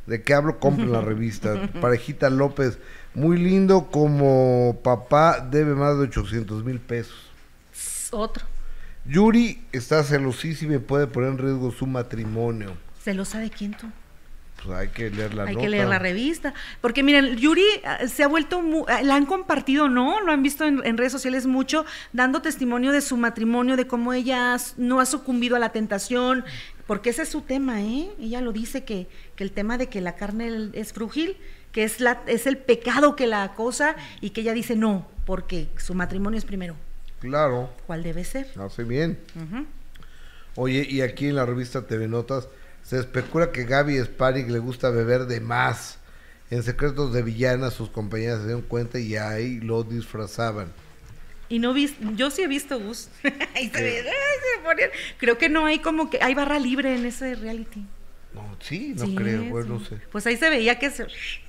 ¿De qué hablo? Compren la revista. Parejita López, muy lindo, como papá debe más de 800,000 pesos. Otro. Yuri está celosísima y puede poner en riesgo su matrimonio. ¿Celosa de quién tú? Pues hay que leer la nota. Hay que leer la revista. Porque miren, Yuri se ha vuelto, la han compartido, ¿no? Lo han visto en redes sociales mucho, dando testimonio de su matrimonio, de cómo ella no ha sucumbido a la tentación, porque ese es su tema, ¿eh? Ella lo dice que el tema de que la carne es frúgil, que es el pecado que la acosa, y que ella dice no, porque su matrimonio es primero. Claro. ¿Cuál debe ser? Hace bien. Oye, y aquí en la revista TV Notas se especula que Gaby Spanik le gusta beber de más. En Secretos de Villana sus compañeras se dieron cuenta y ahí lo disfrazaban. Y no yo sí he visto, Gus. Ahí se ve, creo que no hay como que hay barra libre en ese reality. No, sí, no creo, bueno, no sé. Pues ahí se veía que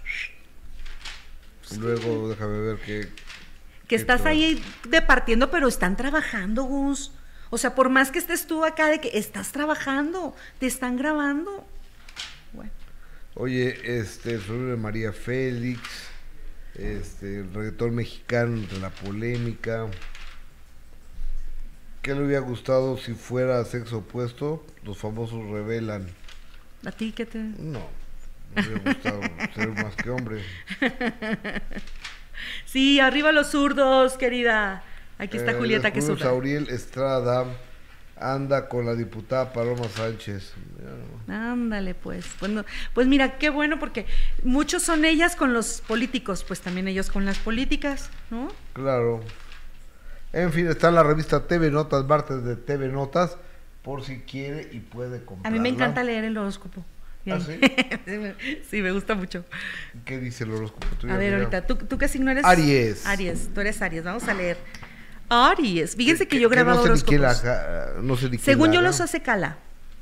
Luego déjame ver que estás ahí departiendo, pero están trabajando, Gus. O sea, por más que estés tú acá de que estás trabajando, te están grabando. Bueno. Oye, el sobrino de María Félix, el reggaetón mexicano entre la polémica. ¿Qué le hubiera gustado si fuera sexo opuesto? Los famosos revelan. ¿A ti qué te...? No, me hubiera gustado ser más que hombre. Sí, arriba los zurdos, querida. Aquí está Julieta, que es zurda. Sauriel Estrada anda con la diputada Paloma Sánchez. Ándale, pues. Bueno, pues mira, qué bueno, porque muchos son ellas con los políticos, pues también ellos con las políticas, ¿no? Claro. En fin, está en la revista TV Notas, martes de TV Notas, por si quiere y puede comprarla. A mí me encanta leer el horóscopo. ¿Ah, sí? Sí, me gusta mucho. ¿Qué dice el horóscopo? A ver, ahorita, ¿tú qué signo eres? Aries. Aries, tú eres Aries, vamos a leer. Aries, fíjense que yo grababa horóscopos. No sé ni qué. Según yo los hace Cala.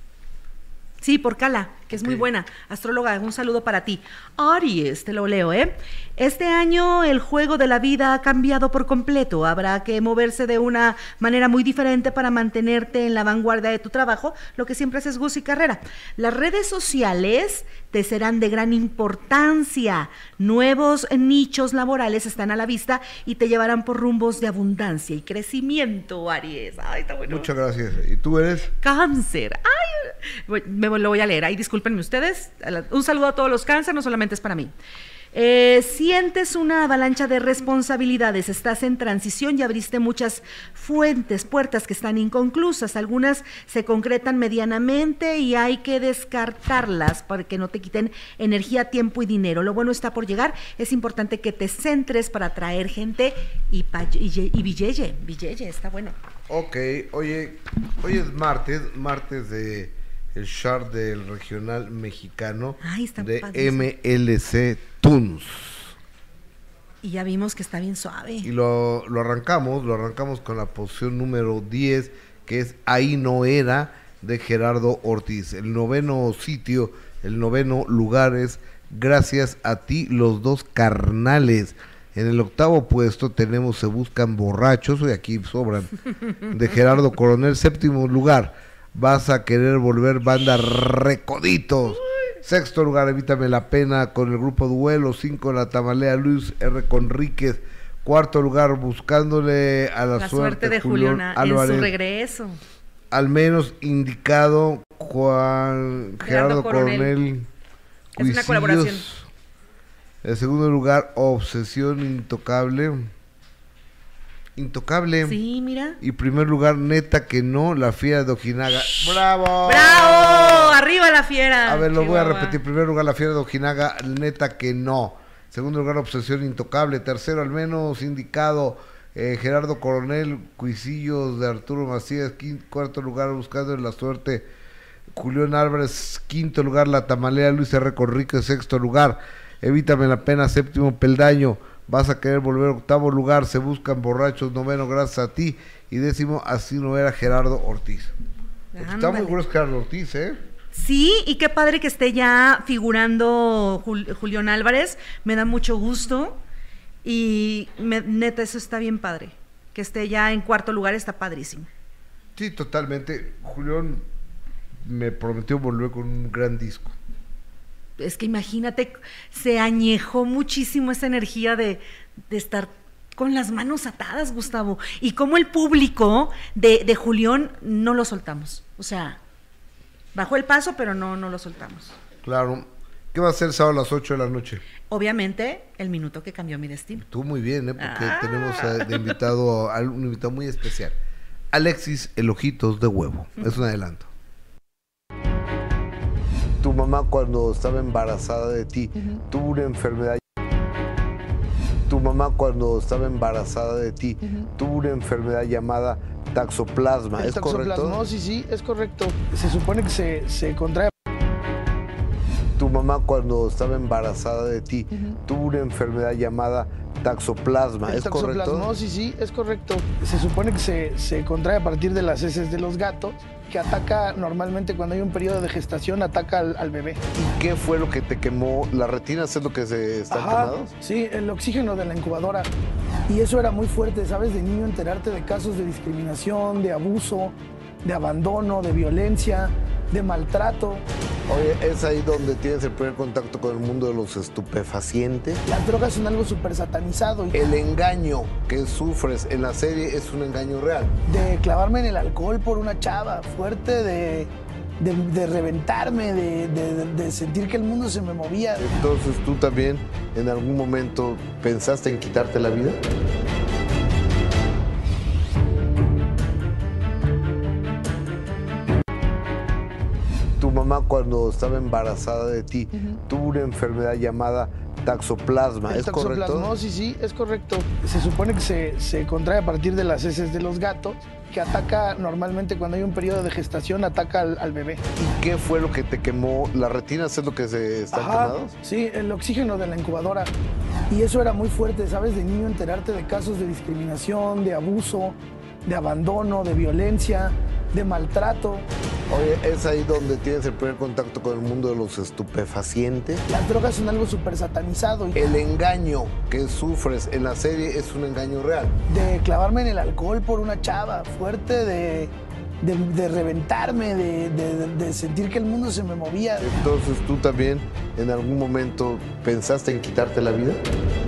Sí, por Cala, que es muy buena. Astróloga, un saludo para ti. Aries, te lo leo, ¿eh? Este año el juego de la vida ha cambiado por completo. Habrá que moverse de una manera muy diferente para mantenerte en la vanguardia de tu trabajo, lo que siempre haces, Gus y Carrera. Las redes sociales te serán de gran importancia. Nuevos nichos laborales están a la vista y te llevarán por rumbos de abundancia y crecimiento, Aries. Ay, está bueno. Muchas gracias. ¿Y tú eres? Cáncer. Ay, me lo voy a leer. Ay, discúlpenme ustedes. Un saludo a todos los cáncer, no solamente es para mí. Sientes una avalancha de responsabilidades, estás en transición y abriste muchas puertas que están inconclusas, algunas se concretan medianamente y hay que descartarlas para que no te quiten energía, tiempo y dinero. Lo bueno está por llegar, es importante que te centres para atraer gente y billete, está bueno. Ok, oye, hoy es martes de el chart del regional mexicano. Ay, de padrísimo. MLC Tunes. Y ya vimos que está bien suave. Y lo arrancamos con la posición número 10, que es Ahí no era, de Gerardo Ortiz. El noveno sitio, el noveno lugar es Gracias a ti, los dos carnales. En el octavo puesto tenemos Se buscan borrachos, y aquí sobran, de Gerardo Coronel. Séptimo lugar, Vas a querer volver, banda Recoditos. Sexto lugar, Evítame la pena, con el grupo Duelo. 5, La Tamalea, Luis R. Conríquez. Cuarto lugar, Buscándole a la suerte de Julián Álvarez, en su regreso. Al menos indicado, Gerardo Coronel. Es una colaboración. En segundo lugar, Obsesión Intocable. Sí, mira. Y primer lugar, Neta que no, La Fiera de Ojinaga. ¡Bravo! ¡Bravo! ¡Arriba la Fiera! A ver, lo voy a repetir. Primer lugar, La Fiera de Ojinaga, Neta que no. Segundo lugar, Obsesión Intocable. Tercero, al menos indicado, Gerardo Coronel, Cuisillos de Arturo Macías. Cuarto lugar, Buscando la suerte, Julián Álvarez. Quinto lugar, La Tamalea, Luis R. Conríquez. Sexto lugar, Evítame la pena. Séptimo peldaño, Vas a querer volver. Octavo lugar, Se buscan borrachos. Noveno, Gracias a ti. Y décimo, Así no era, Gerardo Ortiz. Está muy bueno Gerardo Ortiz, ¿eh? Sí, y qué padre que esté ya figurando Julián Álvarez. Me da mucho gusto. Y neta, eso está bien padre. Que esté ya en cuarto lugar, está padrísimo. Sí, totalmente. Julián me prometió volver con un gran disco. es que imagínate, se añejó muchísimo esa energía de estar con las manos atadas, Gustavo, y como el público de Julián no lo soltamos, o sea, bajó el paso, pero no lo soltamos. Claro. ¿Qué va a ser sábado a las 8 de la noche? Obviamente, el minuto que cambió mi destino. Tú muy bien, porque tenemos de invitado a un invitado muy especial. Alexis, el Ojitos de Huevo. Es un adelanto. Tu mamá cuando estaba embarazada de ti tuvo una enfermedad. Tu mamá cuando estaba embarazada de ti tuvo una enfermedad llamada taxoplasma. ¿Es correcto? No, sí, es correcto. Se supone que se contrae. Tu mamá cuando estaba embarazada de ti tuvo una enfermedad llamada taxoplasma. ¿Es correcto? No, sí, es correcto. Se supone que se contrae a partir de las heces de los gatos, que ataca normalmente cuando hay un periodo de gestación, ataca al bebé. ¿Y qué fue lo que te quemó? ¿Las retinas es lo que se están quemados? Sí, el oxígeno de la incubadora. Y eso era muy fuerte, ¿sabes? De niño enterarte de casos de discriminación, de abuso, de abandono, de violencia, de maltrato. Oye, ¿es ahí donde tienes el primer contacto con el mundo de los estupefacientes? Las drogas son algo súper satanizado. El engaño que sufres en la serie es un engaño real. De clavarme en el alcohol por una chava fuerte, de reventarme, de sentir que el mundo se me movía. Entonces, ¿tú también en algún momento pensaste en quitarte la vida? Tu mamá cuando estaba embarazada de ti tuvo una enfermedad llamada taxoplasma. ¿Es correcto? No, sí, es correcto. Se supone que se contrae a partir de las heces de los gatos, que ataca normalmente cuando hay un periodo de gestación, ataca al bebé. ¿Y qué fue lo que te quemó? ¿Las retinas es lo que se están quemados? Sí, el oxígeno de la incubadora. Y eso era muy fuerte, ¿sabes? De niño enterarte de casos de discriminación, de abuso, de abandono, de violencia, de maltrato. Oye, ¿es ahí donde tienes el primer contacto con el mundo de los estupefacientes? Las drogas son algo súper satanizado. El engaño que sufres en la serie es un engaño real. De clavarme en el alcohol por una chava fuerte, de reventarme, de sentir que el mundo se me movía. Entonces, ¿tú también en algún momento pensaste en quitarte la vida?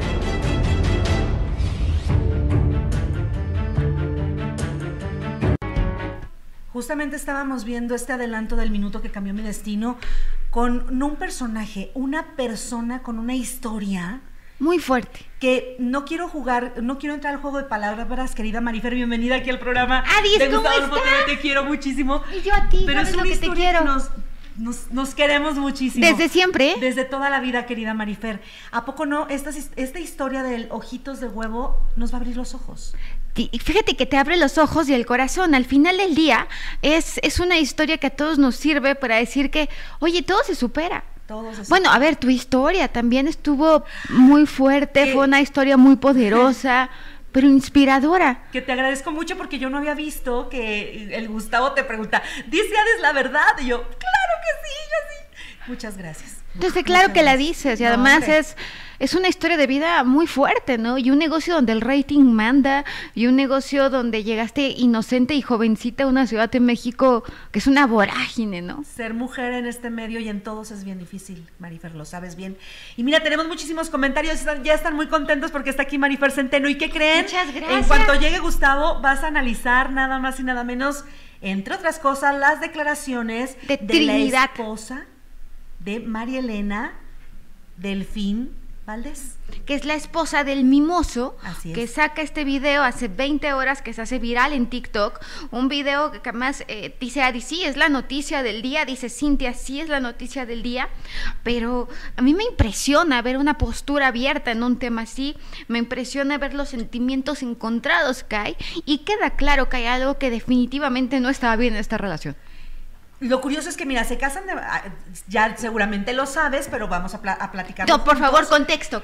Justamente estábamos viendo este adelanto del minuto que cambió mi destino con no un personaje, una persona con una historia muy fuerte. Que no quiero entrar al juego de palabras, querida Marifer, bienvenida aquí al programa. Adis, ¿cómo estás? Te quiero muchísimo. Y yo a ti, pero es una que historia te quiero. Que nos queremos muchísimo. ¿Desde siempre? Desde toda la vida, querida Marifer. ¿A poco no? Esta historia del Ojitos de Huevo nos va a abrir los ojos. Fíjate que te abre los ojos y el corazón. Al final del día es una historia que a todos nos sirve para decir que, oye, todo se supera. Bueno, a ver, tu historia también estuvo muy fuerte, fue una historia muy poderosa, pero inspiradora. Que te agradezco mucho porque yo no había visto que el Gustavo te pregunta, ¿dice Adis la verdad? Y yo, claro que sí, yo sí. Muchas gracias. Entonces, claro que la dices, y además es una historia de vida muy fuerte, ¿no? Y un negocio donde el rating manda, y un negocio donde llegaste inocente y jovencita a una ciudad de México que es una vorágine, ¿no? Ser mujer en este medio y en todos es bien difícil, Marifer, lo sabes bien. Y mira, tenemos muchísimos comentarios, ya están muy contentos porque está aquí Marifer Centeno. ¿Y qué creen? Muchas gracias. En cuanto llegue Gustavo, vas a analizar nada más y nada menos, entre otras cosas, las declaraciones de la esposa de María Elena Delfín Valdés, que es la esposa del mimoso, que saca este video hace 20 horas que se hace viral en TikTok, un video que además dice Adi, sí, es la noticia del día, dice Cintia, sí, es la noticia del día, pero a mí me impresiona ver una postura abierta en un tema así, me impresiona ver los sentimientos encontrados que hay, y queda claro que hay algo que definitivamente no estaba bien en esta relación. Lo curioso es que, mira, se casan, ya seguramente lo sabes, pero vamos a platicar. No, por favor, contexto.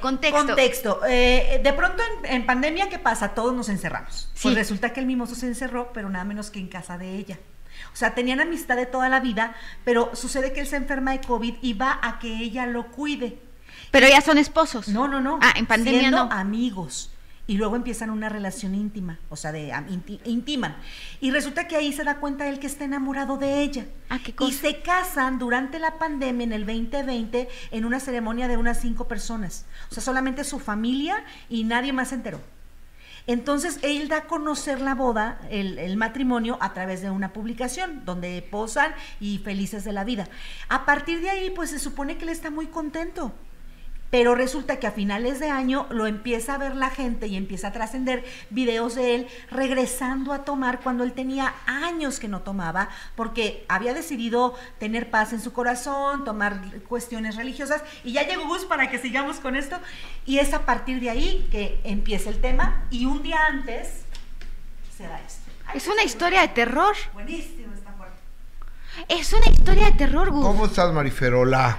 De pronto en pandemia, ¿qué pasa? Todos nos encerramos. Sí. Pues resulta que el mimoso se encerró, pero nada menos que en casa de ella. O sea, tenían amistad de toda la vida, pero sucede que él se enferma de COVID y va a que ella lo cuide. Pero ya son esposos. No. Ah, en pandemia siendo no. amigos. y luego empiezan una relación íntima, o sea, intiman. Y resulta que ahí se da cuenta él que está enamorado de ella. ¿Qué cosa? Y se casan durante la pandemia en el 2020 en una ceremonia de unas 5 personas. O sea, solamente su familia y nadie más se enteró. Entonces él da a conocer la boda, el matrimonio, a través de una publicación donde posan y felices de la vida. A partir de ahí, pues se supone que él está muy contento. Pero resulta que a finales de año lo empieza a ver la gente y empieza a trascender videos de él regresando a tomar cuando él tenía años que no tomaba, porque había decidido tener paz en su corazón, tomar cuestiones religiosas, y ya llegó Gus para que sigamos con esto, y es a partir de ahí que empieza el tema, y un día antes se da esto. Es una historia de terror. Buenísimo, está fuerte. Es una historia de terror, Gus. ¿Cómo estás, Mariferola?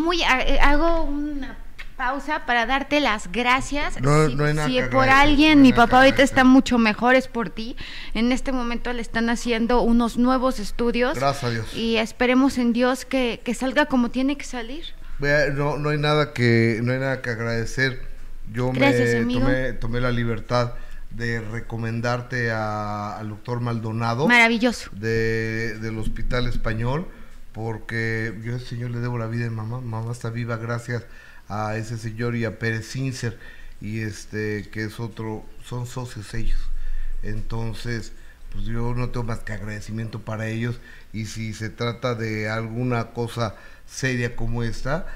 Hago una pausa para darte las gracias. No hay nada si que por agradecer, alguien, no hay mi nada que papá ahorita agradecer. está mucho mejor, es por ti. En este momento le están haciendo unos nuevos estudios. Gracias a Dios. Y esperemos en Dios que salga como tiene que salir. Vea, no hay nada que agradecer. Yo Gracias, amigo. tomé la libertad de recomendarte al doctor Maldonado. Maravilloso. Del Hospital Español, porque yo a ese señor le debo la vida de mamá. Mamá está viva gracias a ese señor y a Pérez Sincer, y que es son socios ellos. Entonces, pues yo no tengo más que agradecimiento para ellos, y si se trata de alguna cosa seria como esta,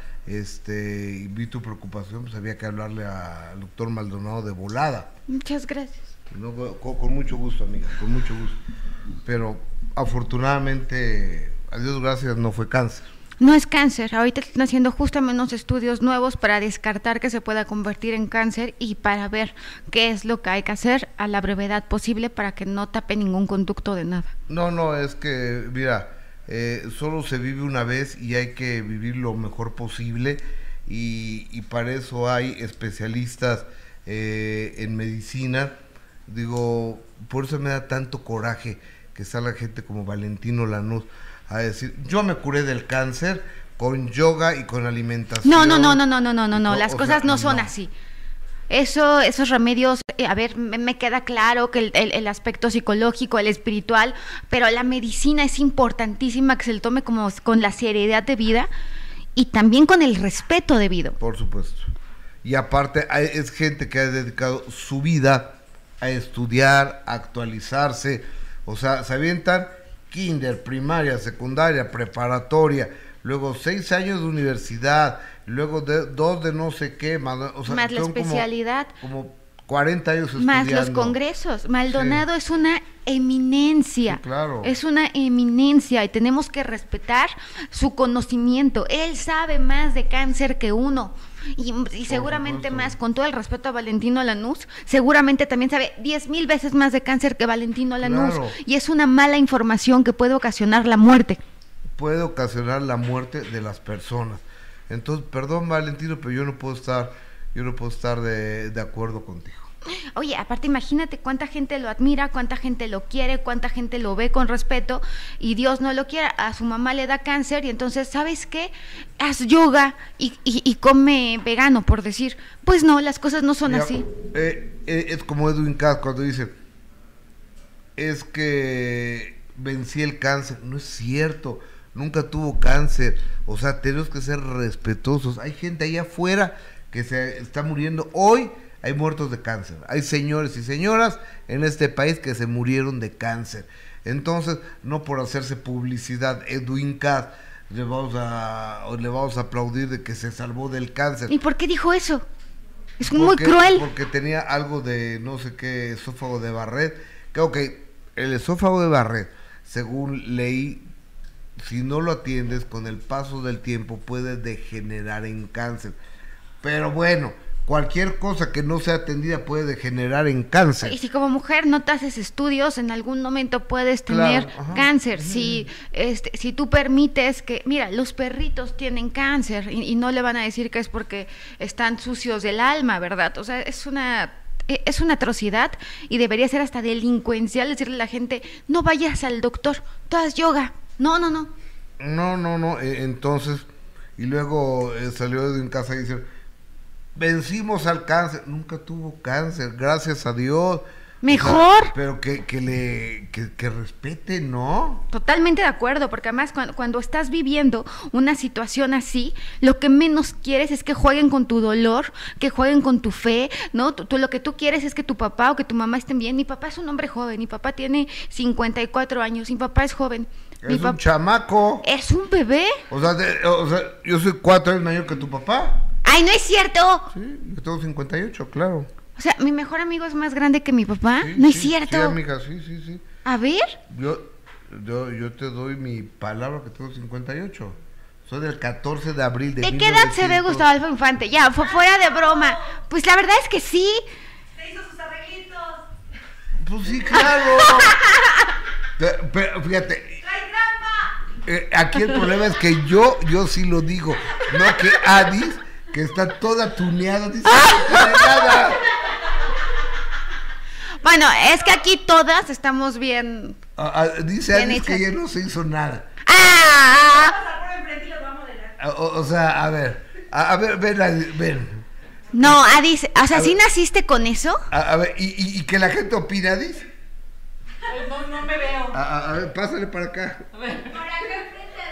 y vi tu preocupación, pues había que hablarle al doctor Maldonado de volada. Muchas gracias. No, con mucho gusto, amiga, con mucho gusto. Pero afortunadamente, a Dios gracias, no fue cáncer. No es cáncer, ahorita están haciendo justamente unos estudios nuevos para descartar que se pueda convertir en cáncer y para ver qué es lo que hay que hacer a la brevedad posible para que no tape ningún conducto de nada. No, es que, mira, solo se vive una vez y hay que vivir lo mejor posible, y para eso hay especialistas en medicina. Digo, por eso me da tanto coraje que salga gente como Valentino Lanús a decir, yo me curé del cáncer con yoga y con alimentación. No, las cosas no son así. Esos remedios, a ver, me queda claro que el aspecto psicológico, el espiritual, pero la medicina es importantísima que se le tome como con la seriedad de vida y también con el respeto debido. Por supuesto. Y aparte es gente que ha dedicado su vida a estudiar, a actualizarse, o sea, se avientan kinder, primaria, secundaria, preparatoria, luego 6 años de universidad, luego 2 de no sé qué, más la especialidad, como 40 años estudiando. Más los congresos. Maldonado es una eminencia, sí, claro. Es una eminencia y tenemos que respetar su conocimiento. Él sabe más de cáncer que uno. Y seguramente más, con todo el respeto a Valentino Lanús, seguramente también sabe 10,000 veces más de cáncer que Valentino Lanús, claro. Y es una mala información que puede ocasionar la muerte. Puede ocasionar la muerte de las personas. Entonces, perdón, Valentino, pero yo no puedo estar de acuerdo contigo. Oye, aparte imagínate cuánta gente lo admira, cuánta gente lo quiere, cuánta gente lo ve con respeto, y Dios no lo quiera, a su mamá le da cáncer y entonces, ¿sabes qué? Haz yoga y come vegano, por decir. Pues no, las cosas no son así. Es como Edwin Cass cuando dice, es que vencí el cáncer. No es cierto, nunca tuvo cáncer. O sea, tenemos que ser respetuosos. Hay gente allá afuera que se está muriendo hoy. Hay muertos de cáncer, hay señores y señoras en este país que se murieron de cáncer. Entonces, no por hacerse publicidad, Edwin Cass le vamos a aplaudir de que se salvó del cáncer. ¿Y por qué dijo eso? Es muy cruel. Porque tenía algo de no sé qué, esófago de Barrett. Creo que el esófago de Barrett, según leí, si no lo atiendes con el paso del tiempo puede degenerar en cáncer. Pero bueno, cualquier cosa que no sea atendida puede degenerar en cáncer. Y si como mujer no te haces estudios, en algún momento puedes tener cáncer. Si tú permites que, mira, los perritos tienen cáncer y no le van a decir que es porque están sucios del alma, ¿verdad? O sea, es una atrocidad y debería ser hasta delincuencial decirle a la gente, no vayas al doctor, tú haz yoga. No. Entonces, y luego salió de en casa y dice, vencimos al cáncer. Nunca tuvo cáncer, gracias a Dios. Mejor. O sea, pero que respete, ¿no? Totalmente de acuerdo, porque además cuando estás viviendo una situación así, lo que menos quieres es que jueguen con tu dolor, que jueguen con tu fe, ¿no? Tú lo que tú quieres es que tu papá o que tu mamá estén bien. Mi papá es un hombre joven, mi papá tiene 54 años, mi papá es joven. Es un chamaco. Es un bebé. O sea, yo soy 4 años mayor que tu papá. ¡Ay, no es cierto! Sí, yo tengo 58, claro. O sea, mi mejor amigo es más grande que mi papá. Sí, no es cierto. Sí, amiga, sí. A ver. Yo te doy mi palabra que tengo 58. Soy del 14 de abril de 1900. ¿De qué edad se ve Gustavo Adolfo Infante? Ya, fuera de broma. Pues la verdad es que sí. Se hizo sus arreglitos. Pues sí, claro. Pero fíjate. Aquí el problema es que yo sí lo digo. No que Adis, que está toda tuneada, dice no tiene nada. Bueno, es que aquí todas estamos bien. Dice Adis que ya no se hizo nada. O sea, a ver, ven. No, Adis, o sea, ¿sí naciste con eso? A ver, ¿y que la gente opina, Adis? No me veo. A ver, pásale para acá. A ver. Por acá enfrente,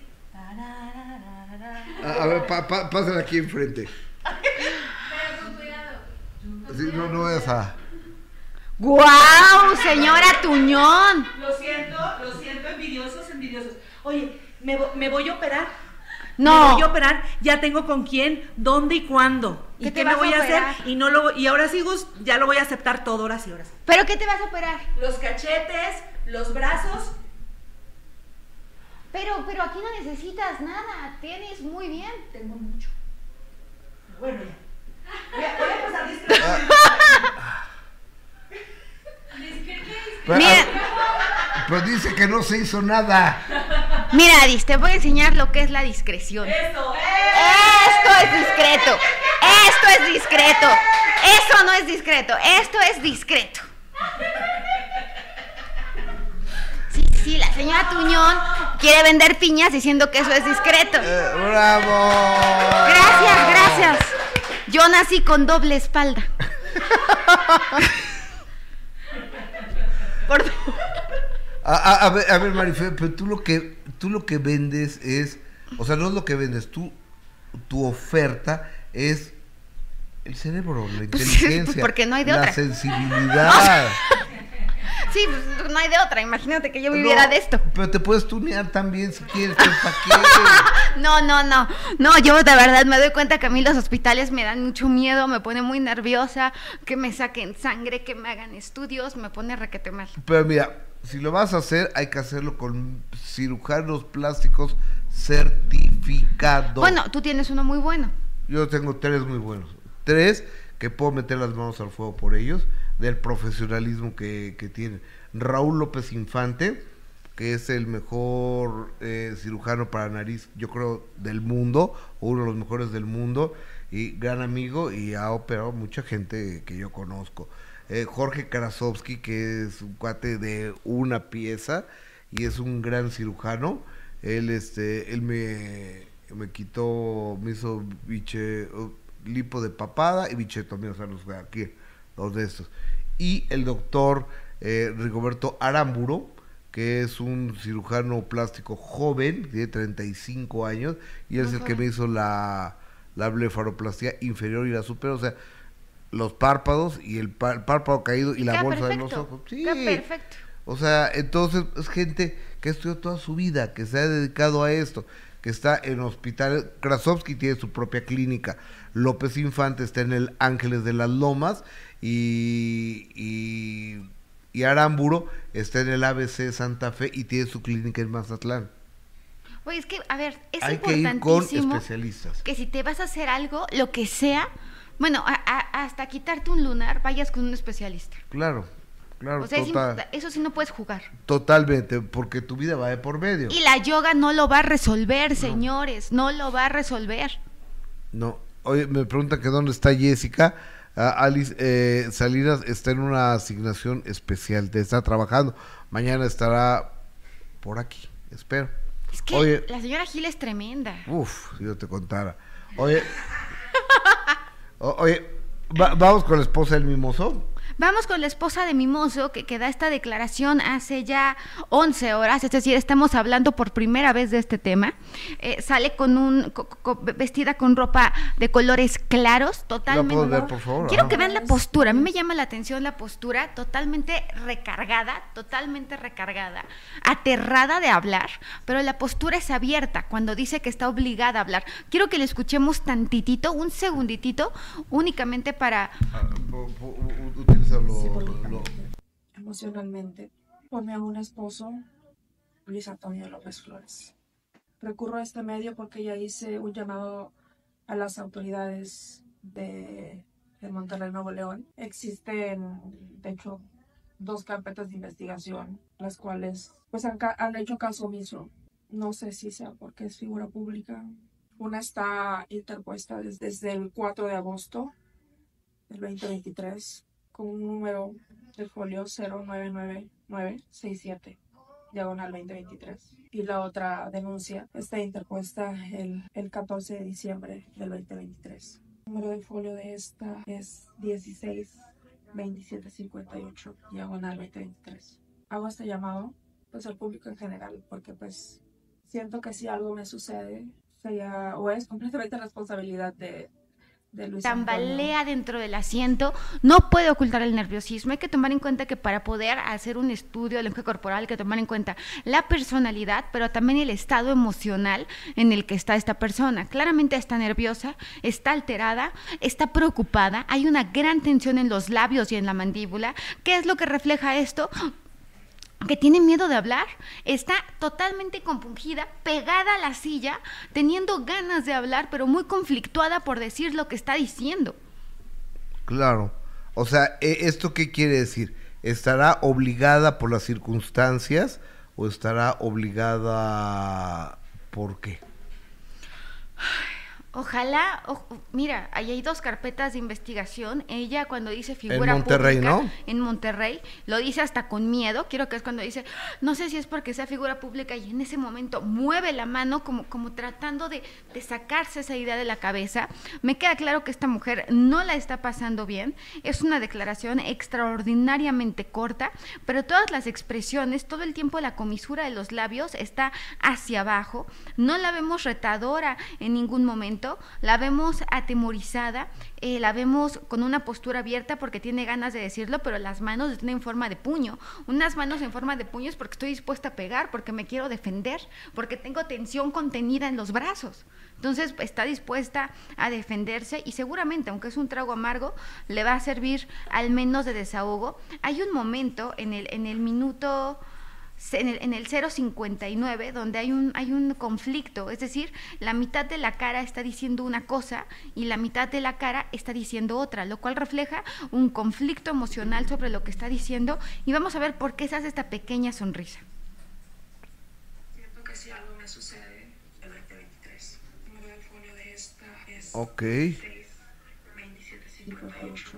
Adis. A ver, pásale aquí enfrente. Pero con cuidado. Sí, no vayas a... ¡Guau, señora Tuñón! Lo siento, envidiosos. Oye, me voy a operar. No. Me voy a operar, ya tengo con quién, dónde y cuándo. ¿Y qué me voy a hacer? Y ahora sí, Gus, ya lo voy a aceptar todo, ahora sí. ¿Pero qué te vas a operar? Los cachetes, los brazos. Pero aquí no necesitas nada, tienes muy bien. Tengo mucho. Bueno, ya. Voy a pasar discretamente. Mira, pero dice que no se hizo nada. Mira, Adis, te voy a enseñar lo que es la discreción. Esto es discreto. Esto es discreto. Eso no es discreto. Esto es discreto. Sí, la señora Tuñón quiere vender piñas diciendo que eso es discreto. ¡Bravo! Gracias. Yo nací con doble espalda. Por favor. A ver, Marife, pero tú lo que vendes es, o sea, no es lo que vendes, tu oferta es el cerebro, la inteligencia, pues porque no hay de la otra. sensibilidad. Sí, pues no hay de otra, imagínate que yo viviera de esto. Pero te puedes tunear también si quieres, ¿para qué? No, yo de verdad me doy cuenta que a mí los hospitales me dan mucho miedo, me pone muy nerviosa, que me saquen sangre, que me hagan estudios, me pone requete mal. Pero mira, si lo vas a hacer, hay que hacerlo con cirujanos plásticos certificados. Bueno, tú tienes uno muy bueno. Yo tengo 3 muy buenos. 3 que puedo meter las manos al fuego por ellos, del profesionalismo que tienen. Raúl López Infante, que es el mejor cirujano para nariz, yo creo, del mundo, uno de los mejores del mundo, y gran amigo, y ha operado mucha gente que yo conozco. Jorge Karasowski, que es un cuate de una pieza, y es un gran cirujano. Él me quitó, me hizo lipo de papada y bichectomía, o sea, los de estos. Y el doctor Rigoberto Aramburo, que es un cirujano plástico joven, tiene 35 años, y es el que me hizo la blefaroplastia inferior y la superior, o sea, los párpados y el párpado caído y la bolsa de los ojos. Sí, perfecto. O sea, entonces es gente que estudió toda su vida, que se ha dedicado a esto, que está en hospitales. Krasovsky tiene su propia clínica, López Infante está en el Ángeles de las Lomas, y Aramburo está en el ABC Santa Fe y tiene su clínica en Mazatlán. Oye, es que, a ver, es Hay importantísimo que ir con especialistas. Que si te vas a hacer algo, lo que sea, bueno, hasta quitarte un lunar, vayas con un especialista. Claro, o sea, eso sí no puedes jugar. Totalmente, porque tu vida va de por medio. Y la yoga no lo va a resolver, señores, no lo va a resolver. No, oye, me preguntan que dónde está Jessica. Alice Salinas está en una asignación especial, te está trabajando. Mañana estará por aquí, espero. Es que la señora Gil es tremenda. Uf, si yo te contara. Oye, Oye, vamos con la esposa del mimoso. Vamos con la esposa de Mimoso, que da esta declaración hace ya 11 horas, es decir, estamos hablando por primera vez de este tema. Sale con vestida con ropa de colores claros, totalmente. ¿La puedo ver, por favor? Quiero que vean la postura, a mí me llama la atención la postura, totalmente recargada, aterrada de hablar, pero la postura es abierta cuando dice que está obligada a hablar. Quiero que le escuchemos tantitito, un segunditito, únicamente para... Emocionalmente, ponme a un esposo, Luis Antonio López Flores. Recurro a este medio porque ya hice un llamado a las autoridades de Monterrey, Nuevo León. Existen, de hecho, 2 carpetas de investigación, las cuales pues han hecho caso omiso. No sé si sea porque es figura pública. Una está interpuesta desde el 4 de agosto del 2023 con un número de folio 099967, diagonal 2023. Y la otra denuncia está interpuesta el 14 de diciembre del 2023. El número de folio de esta es 162758, diagonal 2023. Hago este llamado pues al público en general porque pues siento que si algo me sucede sería o es completamente responsabilidad de Luis tambalea Antonio. dentro del asiento, no puede ocultar el nerviosismo. Hay que tomar en cuenta que para poder hacer un estudio del lenguaje corporal hay que tomar en cuenta la personalidad, pero también el estado emocional en el que está esta persona. Claramente está nerviosa, está alterada, está preocupada, hay una gran tensión en los labios y en la mandíbula. ¿Qué es lo que refleja esto? Que tiene miedo de hablar, está totalmente compungida, pegada a la silla, teniendo ganas de hablar, pero muy conflictuada por decir lo que está diciendo. Claro, o sea, ¿esto qué quiere decir? ¿Estará obligada por las circunstancias o estará obligada por qué? Ojalá, mira, ahí hay 2 carpetas de investigación. Ella cuando dice figura en Monterrey, pública, ¿no? En Monterrey, lo dice hasta con miedo. Quiero que es cuando dice, no sé si es porque sea figura pública, y en ese momento mueve la mano como tratando de sacarse esa idea de la cabeza. Me queda claro que esta mujer no la está pasando bien. Es una declaración extraordinariamente corta, pero todas las expresiones, todo el tiempo la comisura de los labios está hacia abajo. No la vemos retadora en ningún momento. La vemos atemorizada, la vemos con una postura abierta porque tiene ganas de decirlo, pero las manos están en forma de puño. Unas manos en forma de puño es porque estoy dispuesta a pegar, porque me quiero defender, porque tengo tensión contenida en los brazos. Entonces está dispuesta a defenderse y seguramente, aunque es un trago amargo, le va a servir al menos de desahogo. Hay un momento en el minuto... En el 059 donde hay un conflicto, es decir, la mitad de la cara está diciendo una cosa y la mitad de la cara está diciendo otra, lo cual refleja un conflicto emocional sobre lo que está diciendo, y vamos a ver por qué se hace esta pequeña sonrisa. Siento que si algo me sucede el 2023, el número de folio de esta es Ok. 2758.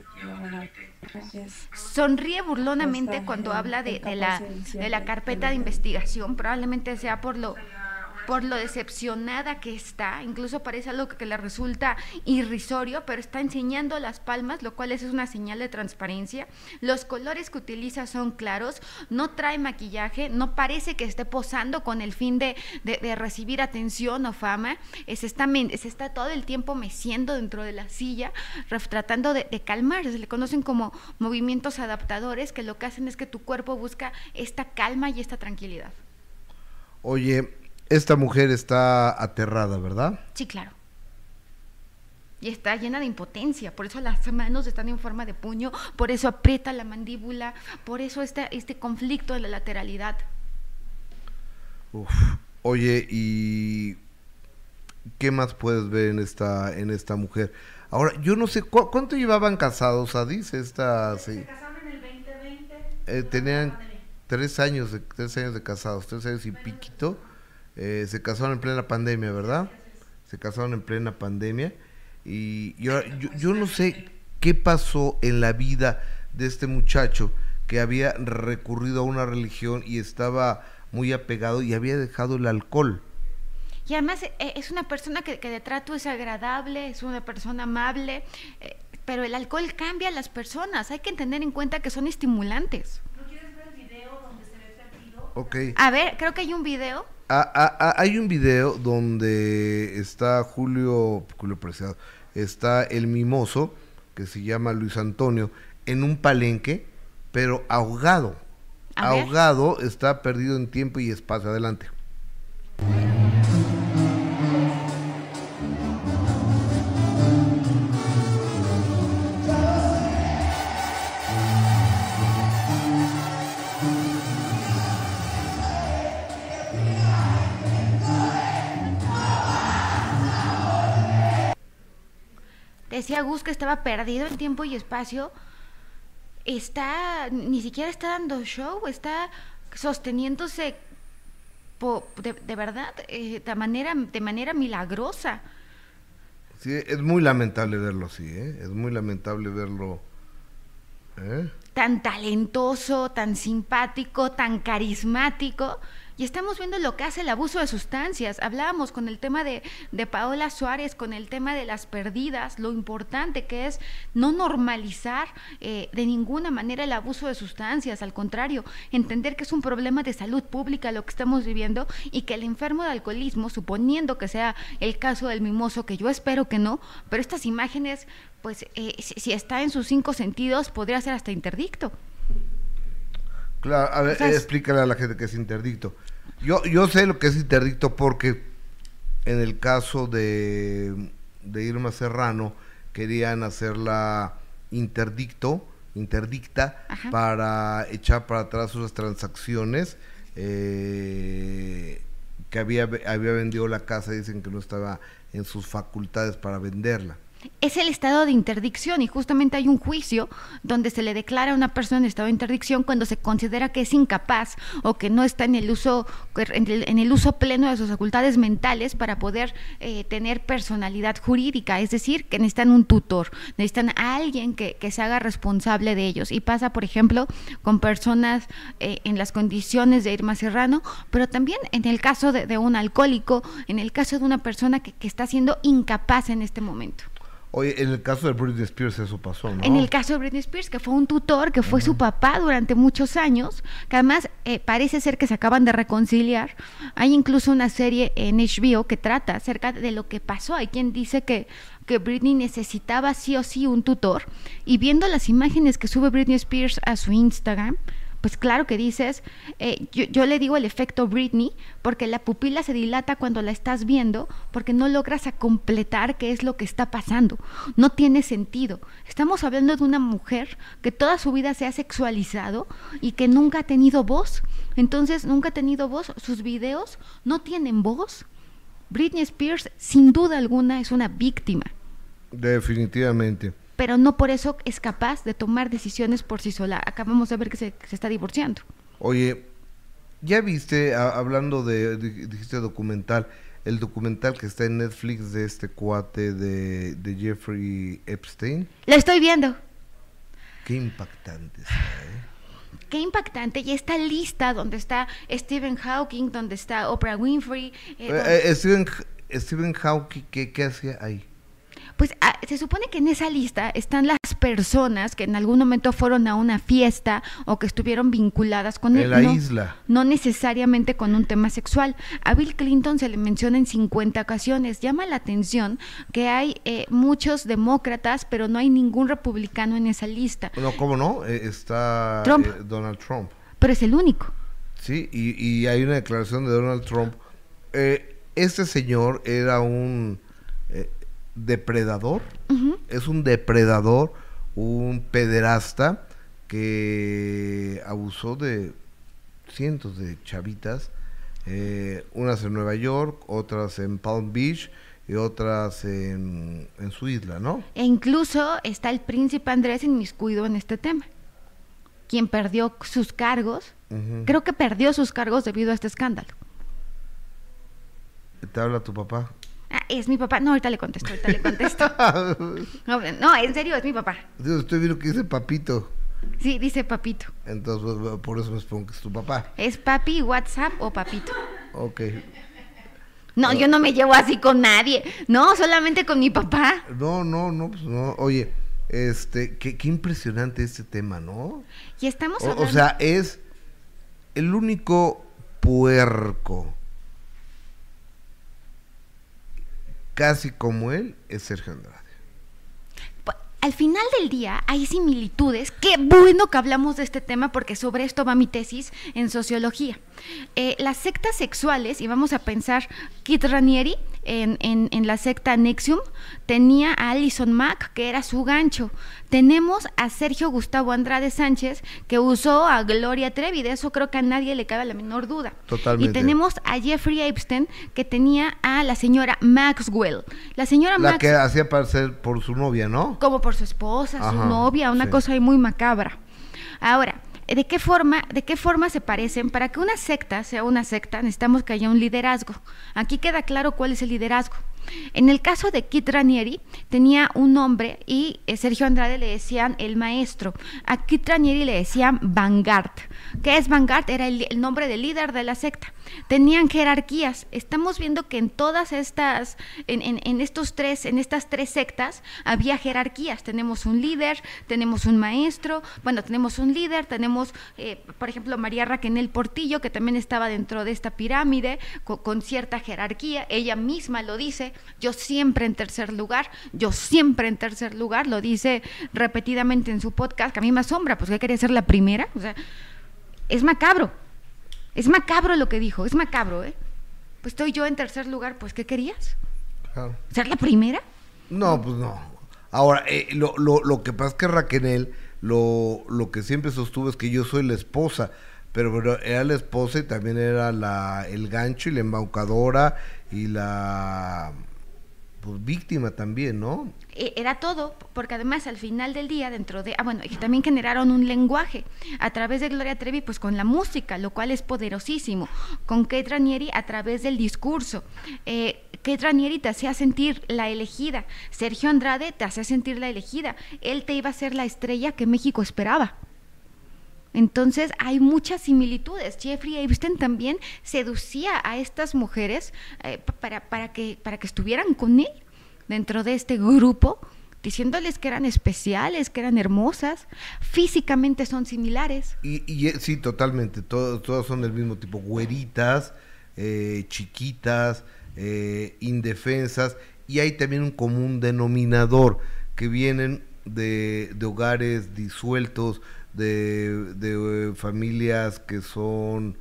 Sonríe burlonamente cuando habla de la carpeta de investigación. Probablemente sea por lo decepcionada que está, incluso parece algo que le resulta irrisorio, pero está enseñando las palmas, lo cual es una señal de transparencia. Los colores que utiliza son claros, no trae maquillaje, no parece que esté posando con el fin de recibir atención o fama. Se está todo el tiempo meciendo dentro de la silla, tratando de calmarse. Se le conocen como movimientos adaptadores, que lo que hacen es que tu cuerpo busca esta calma y esta tranquilidad. Oye, esta mujer está aterrada, ¿verdad? Sí, claro. Y está llena de impotencia, por eso las manos están en forma de puño, por eso aprieta la mandíbula, por eso este conflicto en la lateralidad. Uf. Oye, ¿y qué más puedes ver en esta mujer? Ahora, yo no sé, ¿cuánto llevaban casados, Adis? Se casaron en el 2020. Tenían 3 años de casados, 3 años y piquito. Se casaron en plena pandemia, ¿verdad? Se casaron en plena pandemia. Y yo no sé qué pasó en la vida de este muchacho que había recurrido a una religión y estaba muy apegado y había dejado el alcohol. Y además es una persona que de trato es agradable, es una persona amable, pero el alcohol cambia a las personas. Hay que tener en cuenta que son estimulantes. ¿No quieres ver el video donde se ve perdido? Ok. A ver, creo que hay un video. Hay un video donde está Julio Preciado, está el mimoso, que se llama Luis Antonio, en un palenque, pero ahogado. Ahogado, está perdido en tiempo y espacio. Adelante. Decía Gus que estaba perdido en tiempo y espacio. Ni siquiera está dando show, está sosteniéndose de verdad, de manera milagrosa. Sí, es muy lamentable verlo así, es muy lamentable verlo. Tan talentoso, tan simpático, tan carismático, y estamos viendo lo que hace el abuso de sustancias. Hablábamos con el tema de Paola Suárez, con el tema de las perdidas, lo importante que es no normalizar de ninguna manera el abuso de sustancias, al contrario, entender que es un problema de salud pública lo que estamos viviendo, y que el enfermo de alcoholismo, suponiendo que sea el caso del mimoso, que yo espero que no, pero estas imágenes, pues si está en sus 5 sentidos, podría ser hasta interdicto. Claro, a ver, explícale a la gente que es interdicto. Yo sé lo que es interdicto porque en el caso de Irma Serrano querían hacerla interdicta, ajá, para echar para atrás sus transacciones, que había vendido la casa, dicen que no estaba en sus facultades para venderla. Es el estado de interdicción, y justamente hay un juicio donde se le declara a una persona en estado de interdicción cuando se considera que es incapaz o que no está en el uso pleno de sus facultades mentales para poder tener personalidad jurídica, es decir, que necesitan un tutor, necesitan a alguien que se haga responsable de ellos, y pasa, por ejemplo, con personas en las condiciones de Irma Serrano, pero también en el caso de un alcohólico, en el caso de una persona que está siendo incapaz en este momento. Oye, en el caso de Britney Spears eso pasó, ¿no? En el caso de Britney Spears, que fue un tutor, que fue su papá durante muchos años, que además parece ser que se acaban de reconciliar. Hay incluso una serie en HBO que trata acerca de lo que pasó. Hay quien dice que Britney necesitaba sí o sí un tutor, y viendo las imágenes que sube Britney Spears a su Instagram, pues claro que dices, yo le digo el efecto Britney, porque la pupila se dilata cuando la estás viendo, porque no logras a completar qué es lo que está pasando, no tiene sentido. Estamos hablando de una mujer que toda su vida se ha sexualizado y que nunca ha tenido voz. Entonces, nunca ha tenido voz, sus videos no tienen voz. Britney Spears, sin duda alguna, es una víctima. Definitivamente. Pero no por eso es capaz de tomar decisiones por sí sola. Acabamos de ver que se está divorciando. Oye, ¿ya viste, hablando dijiste documental, el documental que está en Netflix de este cuate de Jeffrey Epstein? Lo estoy viendo. Qué impactante está, Qué impactante, y esta lista donde está Stephen Hawking, donde está Oprah Winfrey. Stephen Hawking, ¿qué hacía ahí? Pues se supone que en esa lista están las personas que en algún momento fueron a una fiesta o que estuvieron vinculadas con él. En la isla. No necesariamente con un tema sexual. A Bill Clinton se le menciona en 50 ocasiones. Llama la atención que hay muchos demócratas, pero no hay ningún republicano en esa lista. No, ¿cómo no? Está Trump. Donald Trump. Pero es el único. Sí, y hay una declaración de Donald Trump. Este señor era un depredador, es un depredador, un pederasta que abusó de cientos de chavitas, unas en Nueva York, otras en Palm Beach y otras en su isla, ¿no? E incluso está el príncipe Andrés inmiscuido en este tema, quien perdió sus cargos, creo que perdió sus cargos debido a este escándalo. ¿Te habla tu papá? Es mi papá. No, ahorita le contesto. No, en serio, es mi papá. Estoy viendo que dice papito. Sí, dice papito. Entonces, por eso me supongo que es tu papá. ¿Es papi, WhatsApp o papito? Ok. No, yo no me llevo así con nadie. No, solamente con mi papá. No, pues no. Oye, qué impresionante este tema, ¿no? Y estamos hablando... O sea, es el único puerco casi como él es Sergio Andrade. Al final del día hay similitudes. Qué bueno que hablamos de este tema porque sobre esto va mi tesis en sociología. Las sectas sexuales, y vamos a pensar, Kit Raniere en la secta NXIVM tenía a Alison Mack, que era su gancho. Tenemos a Sergio Gustavo Andrade Sánchez, que usó a Gloria Trevi, de eso creo que a nadie le cabe la menor duda. Totalmente. Y tenemos a Jeffrey Epstein, que tenía a la señora Maxwell. La señora La que hacía parecer por su novia, ¿no? Como por su esposa, Ajá, su novia, una cosa ahí muy macabra. Ahora, ¿de qué forma se parecen? Para que una secta sea una secta, necesitamos que haya un liderazgo. Aquí queda claro cuál es el liderazgo. En el caso de Kit Raniere, tenía un nombre y Sergio Andrade le decían el maestro. A Kit Raniere le decían Vanguard. ¿Qué es Vanguard? Era el nombre del líder de la secta. Tenían jerarquías. Estamos viendo que en todas estas, en estas tres sectas había jerarquías. Tenemos un líder, tenemos un maestro, tenemos un líder, tenemos, por ejemplo, María Raquel Portillo, que también estaba dentro de esta pirámide, con cierta jerarquía. Ella misma lo dice. Yo siempre en tercer lugar, lo dice repetidamente en su podcast, que a mí me asombra, pues que quería ser la primera, o sea, es macabro lo que dijo, es macabro, pues estoy yo en tercer lugar, pues ¿qué querías? Claro. ¿Ser la primera? No, pues no. Ahora, lo que pasa es que Raquel, lo que siempre sostuvo es que yo soy la esposa, pero era la esposa y también era el gancho y la embaucadora y la víctima también, ¿no? Era todo, porque además al final del día y también generaron un lenguaje a través de Gloria Trevi, pues con la música, lo cual es poderosísimo, con Kate Raniere a través del discurso. Kate Raniere te hacía sentir la elegida, Sergio Andrade te hacía sentir la elegida, él te iba a ser la estrella que México esperaba. Entonces hay muchas similitudes. Jeffrey Epstein también seducía a estas mujeres para que estuvieran con él dentro de este grupo, diciéndoles que eran especiales, que eran hermosas, físicamente son similares. Y sí, totalmente, todas son del mismo tipo, güeritas, chiquitas, indefensas, y hay también un común denominador, que vienen de hogares disueltos, de familias que son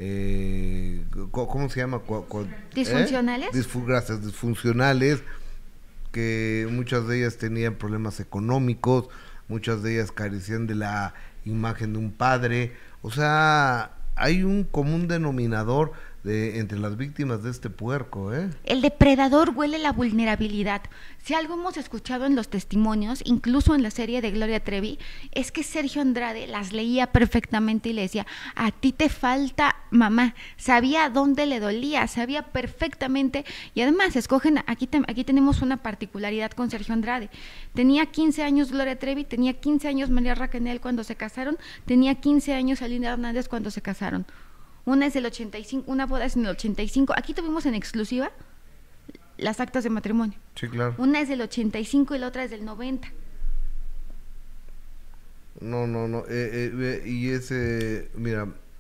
¿cómo se llama? ¿Disfuncionales? Gracias, disfuncionales, que muchas de ellas tenían problemas económicos, muchas de ellas carecían de la imagen de un padre. O sea, hay un común denominador entre las víctimas de este puerco, El depredador huele la vulnerabilidad. Si algo hemos escuchado en los testimonios, incluso en la serie de Gloria Trevi, es que Sergio Andrade las leía perfectamente y le decía, a ti te falta mamá. Sabía dónde le dolía, sabía perfectamente, y además aquí tenemos una particularidad con Sergio Andrade. Tenía 15 años Gloria Trevi, tenía 15 años María Raquel cuando se casaron, tenía 15 años Alina Hernández cuando se casaron. Una es del 85, una boda es en el 85. Aquí tuvimos en exclusiva las actas de matrimonio. Sí, claro. Una es del 85 y la otra es del 90. No. Y ese, mira,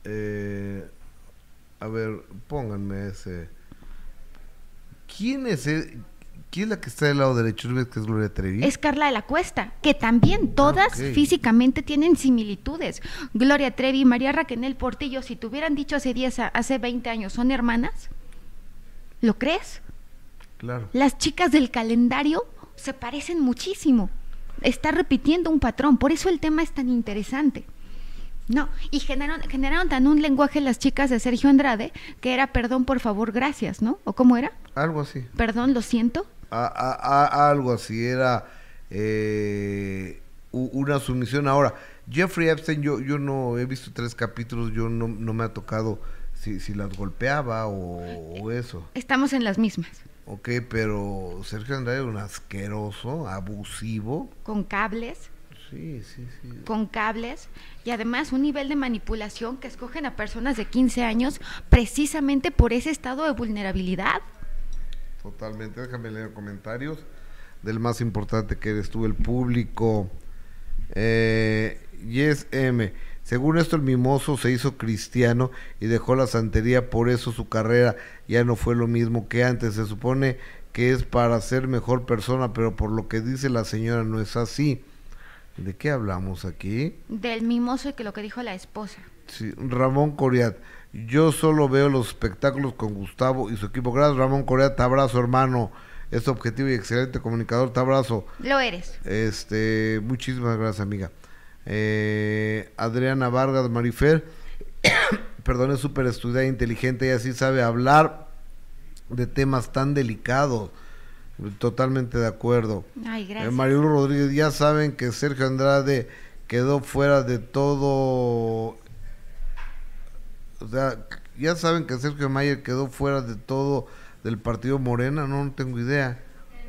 a ver, pónganme ese. ¿Quién es la que está del lado derecho? ¿Ves que es Gloria Trevi? Es Carla de la Cuesta, que también todas físicamente tienen similitudes. Gloria Trevi, María Raquel Portillo, si te hubieran dicho hace 20 años, ¿son hermanas? ¿Lo crees? Claro. Las chicas del calendario se parecen muchísimo. Está repitiendo un patrón, por eso el tema es tan interesante. No, y generaron tan un lenguaje las chicas de Sergio Andrade, que era perdón, por favor, gracias, ¿no? ¿O cómo era? Algo así. Perdón, lo siento. Algo así, era una sumisión. Ahora, Jeffrey Epstein, yo no he visto 3 capítulos, yo no me ha tocado si las golpeaba o eso. Estamos en las mismas. Ok, pero Sergio Andrade era un asqueroso, abusivo. Con cables. Sí. Con cables, y además un nivel de manipulación que escogen a personas de 15 años precisamente por ese estado de vulnerabilidad. Totalmente. Déjame leer comentarios del más importante que eres tú, el público. Yes M. Según esto, el mimoso se hizo cristiano y dejó la santería, por eso su carrera ya no fue lo mismo que antes. Se supone que es para ser mejor persona, pero por lo que dice la señora no es así. ¿De qué hablamos aquí? Del mimoso y que lo que dijo la esposa. Sí, Ramón Coriat. Yo solo veo los espectáculos con Gustavo y su equipo. Gracias, Ramón Coriat. Te abrazo, hermano. Es objetivo y excelente comunicador. Te abrazo. Lo eres. Muchísimas gracias, amiga. Adriana Vargas Marifer, perdón, es súper estudiada, inteligente y así sabe hablar de temas tan delicados. Totalmente de acuerdo. Ay, gracias. Marilu Rodríguez, ya saben que Sergio Andrade quedó fuera de todo, o sea, ya saben que Sergio Mayer quedó fuera de todo del partido Morena. No tengo idea.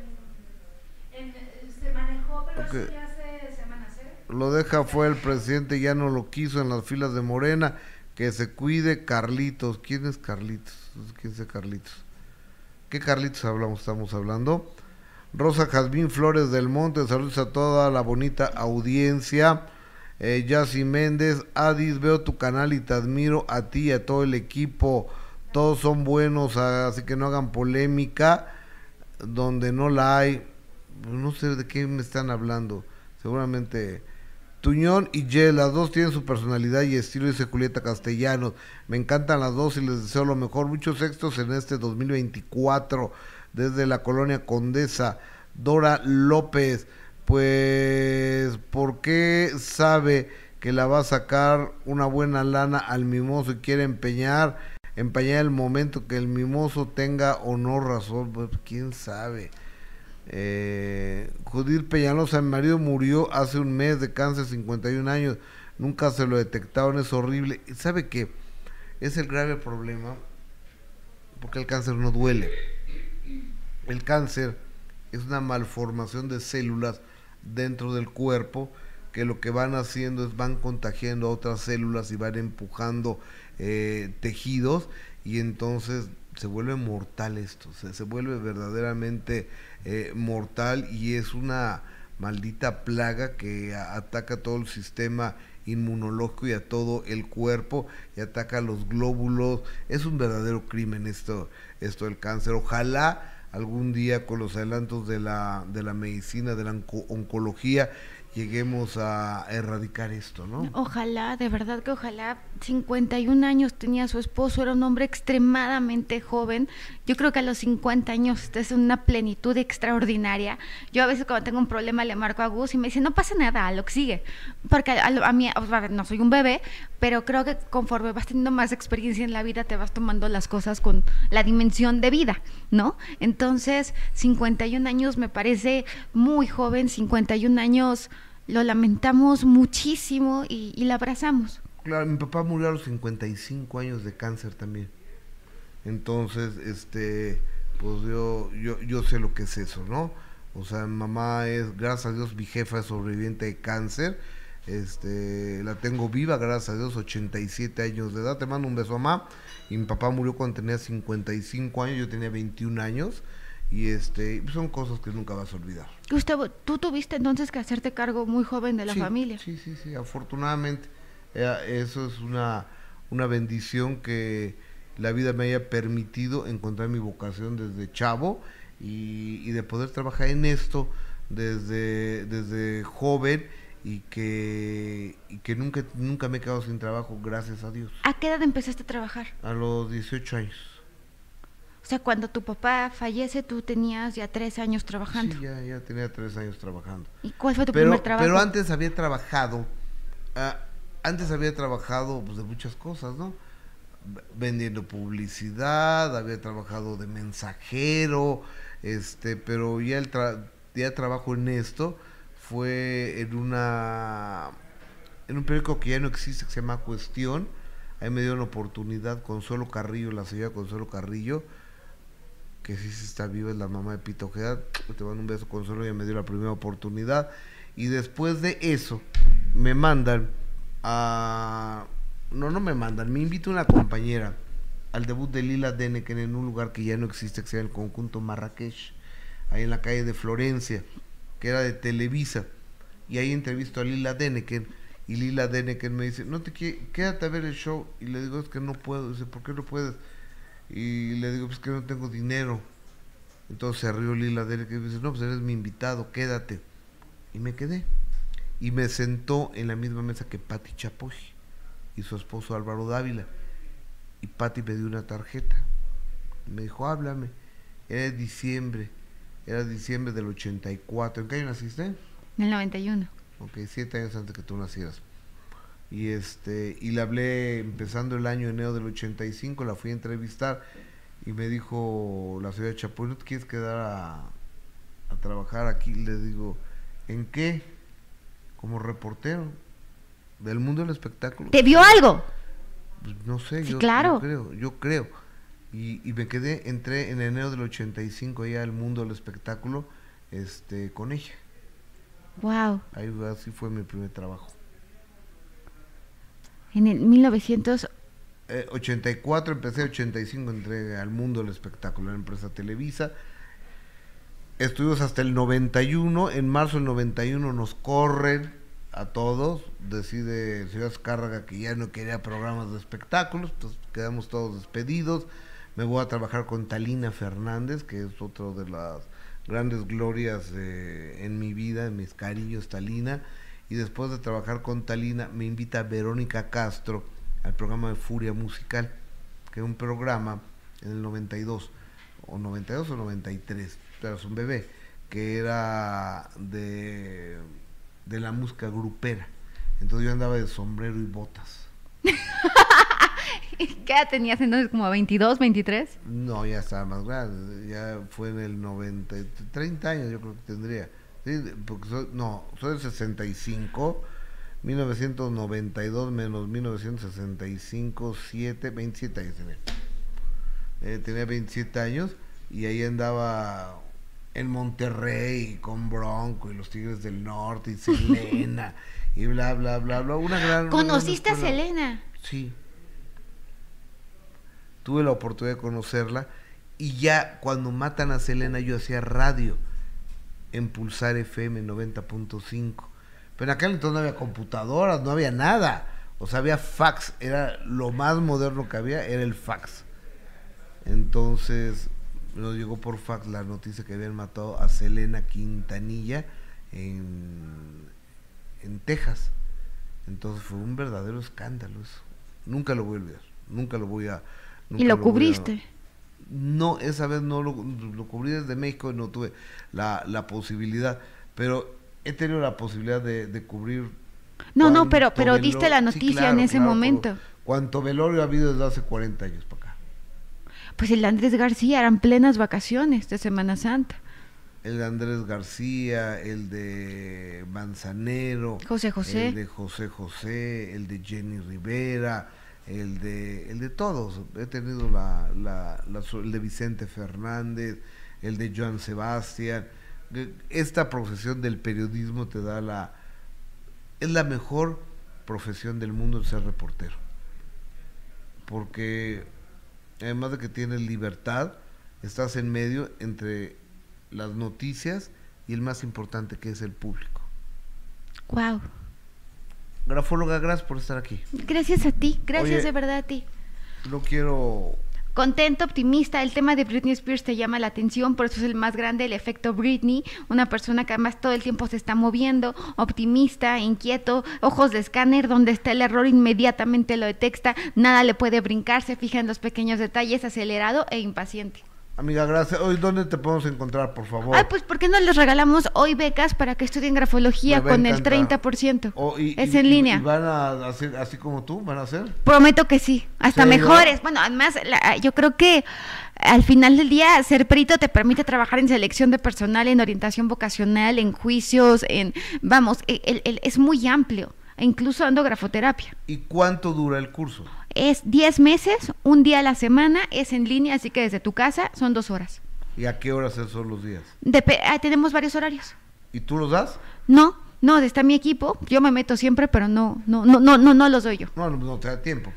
Se manejó, pero Okay. eso ya hace semanas, Lo deja fuera el presidente, ya no lo quiso en las filas de Morena. Que se cuide Carlitos. ¿Quién es Carlitos? ¿Quién es Carlitos? ¿Qué Carlitos estamos hablando? Rosa Jazmín Flores del Monte, saludos a toda la bonita audiencia. Yassi Méndez, Adis, veo tu canal y te admiro a ti y a todo el equipo. Todos son buenos, así que no hagan polémica donde no la hay. No sé de qué me están hablando. Seguramente Tuñón y Ye, las dos tienen su personalidad y estilo, dice Julieta Castellanos. Me encantan las dos y les deseo lo mejor. Muchos éxitos en este 2024 desde la colonia Condesa. Dora López, pues, ¿por qué sabe que la va a sacar una buena lana al mimoso y quiere empeñar el momento que el mimoso tenga o no razón? Pues, quién sabe. Judith Peñalosa, mi marido murió hace un mes de cáncer, 51 años, nunca se lo detectaron, es horrible. ¿Sabe qué? Es el grave problema, porque el cáncer no duele. El cáncer es una malformación de células dentro del cuerpo que lo que van haciendo es van contagiando a otras células y van empujando tejidos, y entonces se vuelve mortal esto, se vuelve verdaderamente mortal, y es una maldita plaga que ataca todo el sistema inmunológico y a todo el cuerpo, y ataca los glóbulos. Es un verdadero crimen esto del cáncer. Ojalá algún día con los adelantos de la medicina, de la oncología, lleguemos a erradicar esto, ¿no? Ojalá, de verdad que ojalá. 51 años tenía su esposo, era un hombre extremadamente joven. Yo creo que a los 50 años estás en una plenitud extraordinaria. Yo a veces cuando tengo un problema le marco a Gus y me dice, no pasa nada, a lo que sigue. Porque a mí, no soy un bebé, pero creo que conforme vas teniendo más experiencia en la vida, te vas tomando las cosas con la dimensión de vida, ¿no? Entonces, 51 años me parece muy joven, 51 años lo lamentamos muchísimo y la abrazamos. Claro, mi papá murió a los 55 años de cáncer también. Entonces, pues yo sé lo que es eso, ¿no? O sea, mi mamá es, gracias a Dios, mi jefa es sobreviviente de cáncer. La tengo viva, gracias a Dios, 87 años de edad. Te mando un beso, mamá. Y mi papá murió cuando tenía 55 años, yo tenía 21 años. Y son cosas que nunca vas a olvidar. Gustavo, tú tuviste entonces que hacerte cargo muy joven de la familia. Sí, afortunadamente. Eso es una bendición que la vida me haya permitido encontrar mi vocación desde chavo y de poder trabajar en esto desde joven y que nunca me he quedado sin trabajo, gracias a Dios. ¿A qué edad empezaste a trabajar? A los 18 años. O sea, cuando tu papá fallece, tú tenías ya 3 años trabajando. Sí, ya tenía 3 años trabajando. ¿Y cuál fue tu primer trabajo? Pero antes había trabajado, pues, de muchas cosas, ¿no? Vendiendo publicidad, había trabajado de mensajero, pero ya el trabajo en esto fue en un periódico que ya no existe, que se llama Cuestión. Ahí me dio una oportunidad Consuelo Carrillo, la señora Consuelo Carrillo, que sí está viva, es la mamá de Pito Ojeda. Te mando un beso, Consuelo, ya me dio la primera oportunidad. Y después de eso me mandan me invita una compañera al debut de Lila Deneken en un lugar que ya no existe, que se llama el Conjunto Marrakech, ahí en la calle de Florencia, que era de Televisa, y ahí entrevisto a Lila Deneken, y Lila Deneken me dice, quédate a ver el show, y le digo, es que no puedo. Dice, ¿por qué no puedes? Y le digo, pues que no tengo dinero. Entonces se rió Lila Deneken y me dice, no, pues eres mi invitado, quédate. Y me quedé, y me sentó en la misma mesa que Patti Chapoy y su esposo Álvaro Dávila, y Patti me dio una tarjeta, me dijo, háblame. Era diciembre del 84. ¿En qué año naciste? En el 91. Ok, 7 años antes que tú nacieras. Y le hablé empezando el año enero del 85, la fui a entrevistar y me dijo la señora Chapoy, ¿no te quieres quedar a trabajar aquí? Le digo, ¿en qué? Como reportero del mundo del espectáculo. ¿Te vio algo? Pues no sé, sí, claro. yo creo. Y me entré en enero del 85 allá al mundo del espectáculo, con ella. Wow. Así fue mi primer trabajo. En el 1984 empecé, 85 entré al mundo del espectáculo, en la empresa Televisa. Estuvimos hasta el 91, en marzo del 91 nos corren a todos, decide el señor Azcárraga que ya no quería programas de espectáculos, pues quedamos todos despedidos. Me voy a trabajar con Talina Fernández, que es otro de las grandes glorias en mi vida, en mis cariños, Talina. Y después de trabajar con Talina, me invita Verónica Castro al programa de Furia Musical, que es un programa en el 92 o 93, pero es un bebé, que era de la música grupera. Entonces yo andaba de sombrero y botas. ¿Qué edad tenías entonces? ¿Como 22, 23? No, ya estaba más grande, ya fue en el 90, 30 años yo creo que tendría. Sí, porque soy del 65, 1992 menos 1965, 27 años tenía. Tenía 27 años y ahí andaba en Monterrey con Bronco y los Tigres del Norte y Selena y bla, bla, bla, bla. ¿Conociste a Selena? Sí. Tuve la oportunidad de conocerla y ya cuando matan a Selena yo hacía radio en Pulsar FM 90.5. Pero en aquel entonces no había computadoras, no había nada. O sea, había fax, era lo más moderno que había, era el fax. Entonces nos llegó por fax la noticia que habían matado a Selena Quintanilla en Texas. Entonces fue un verdadero escándalo eso. Nunca lo voy a olvidar, nunca lo voy a... ¿Y lo cubriste? No, esa vez no lo cubrí desde México y no tuve la posibilidad, pero he tenido la posibilidad de cubrir. No, pero diste la noticia, sí, claro, en ese momento. Cuánto velorio ha habido desde hace 40 años para acá. Pues el de Andrés García, eran plenas vacaciones de Semana Santa. El de Andrés García, el de Manzanero, José José, el de José José, el de Jenny Rivera, el de todos. He tenido el de Vicente Fernández, el de Joan Sebastián. Esta profesión del periodismo te da es la mejor profesión del mundo, el ser reportero, porque además de que tienes libertad, estás en medio entre las noticias y el más importante, que es el público. Wow. Grafóloga, gracias por estar aquí. Gracias a ti, gracias. Oye, de verdad a ti. No quiero... Contento, optimista, el tema de Britney Spears te llama la atención, por eso es el más grande, el efecto Britney, una persona que además todo el tiempo se está moviendo, optimista, inquieto, ojos de escáner, donde está el error inmediatamente lo detecta, nada le puede brincar, se fija en los pequeños detalles, acelerado e impaciente. Amiga, gracias. Hoy, ¿dónde te podemos encontrar, por favor? Ay, pues, ¿por qué no les regalamos hoy becas para que estudien grafología con el 30%? Es en línea. ¿Y van a hacer así como tú? ¿Van a hacer? Prometo que sí, hasta mejores. Bueno, además, yo creo que al final del día, ser perito te permite trabajar en selección de personal, en orientación vocacional, en juicios, es muy amplio, e incluso dando grafoterapia. ¿Y cuánto dura el curso? Es 10 meses, un día a la semana, es en línea, así que desde tu casa son 2 horas. ¿Y a qué horas son los días? Tenemos varios horarios. ¿Y tú los das? No, está mi equipo, yo me meto siempre, pero no los doy yo. No te da tiempo, pues.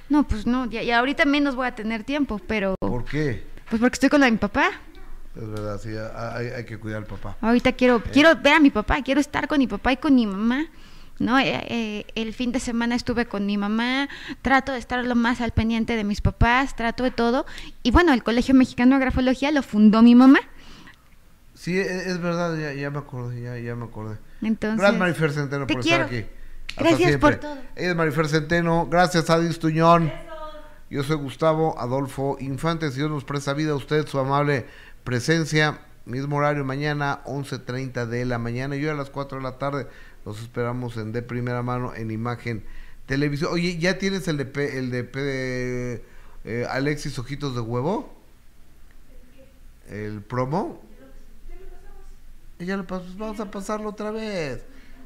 No, pues no, ya ahorita menos voy a tener tiempo, pero... ¿Por qué? Pues porque estoy con la de mi papá. Es verdad, sí, hay que cuidar al papá. Ahorita quiero ver a mi papá, quiero estar con mi papá y con mi mamá, ¿no? El fin de semana estuve con mi mamá, trato de estar lo más al pendiente de mis papás, trato de todo. Y bueno, el Colegio Mexicano de Grafología lo fundó mi mamá. Sí, es verdad, ya me acordé, ya me acordé. Entonces, gracias, Marifer Centeno, por estar aquí. Hasta gracias siempre. Por todo. Ella es Marifer Centeno, gracias Adis Tuñón. Yo soy Gustavo Adolfo Infante, si Dios nos presta vida, usted, su amable presencia, mismo horario mañana, 11:30 de la mañana, y hoy a las 4 de la tarde, los esperamos en De Primera Mano, en Imagen Televisión. Oye, ¿ya tienes el de Alexis Ojitos de Huevo? ¿El promo? Ya lo pasamos, vamos a pasarlo otra vez.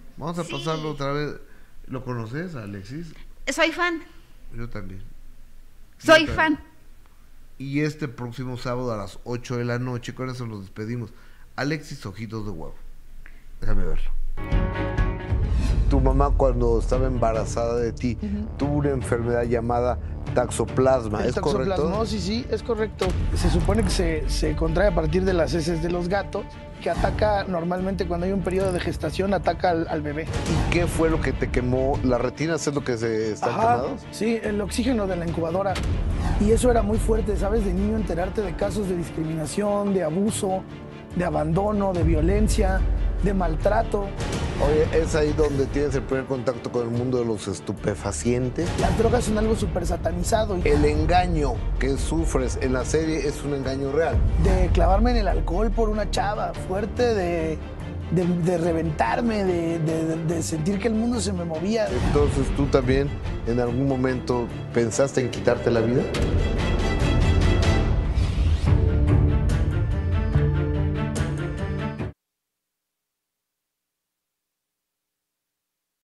¿Lo conoces, Alexis? Soy fan. Yo también. Soy fan. Y este próximo sábado a las 8 de la noche, con eso nos despedimos. Alexis Ojitos de Huevo. Déjame verlo. Tu mamá, cuando estaba embarazada de ti, tuvo una enfermedad llamada taxoplasma, ¿es correcto? Sí, es correcto. Se supone que se contrae a partir de las heces de los gatos, que ataca normalmente cuando hay un periodo de gestación, ataca al bebé. ¿Y qué fue lo que te quemó? ¿Las retinas es lo que se están quemados? Sí, el oxígeno de la incubadora. Y eso era muy fuerte, ¿sabes? De niño enterarte de casos de discriminación, de abuso, de abandono, de violencia, de maltrato. Oye, ¿es ahí donde tienes el primer contacto con el mundo de los estupefacientes? Las drogas son algo súper satanizado. El engaño que sufres en la serie es un engaño real. De clavarme en el alcohol por una chava fuerte, de reventarme, de sentir que el mundo se me movía. Entonces, ¿tú también en algún momento pensaste en quitarte la vida?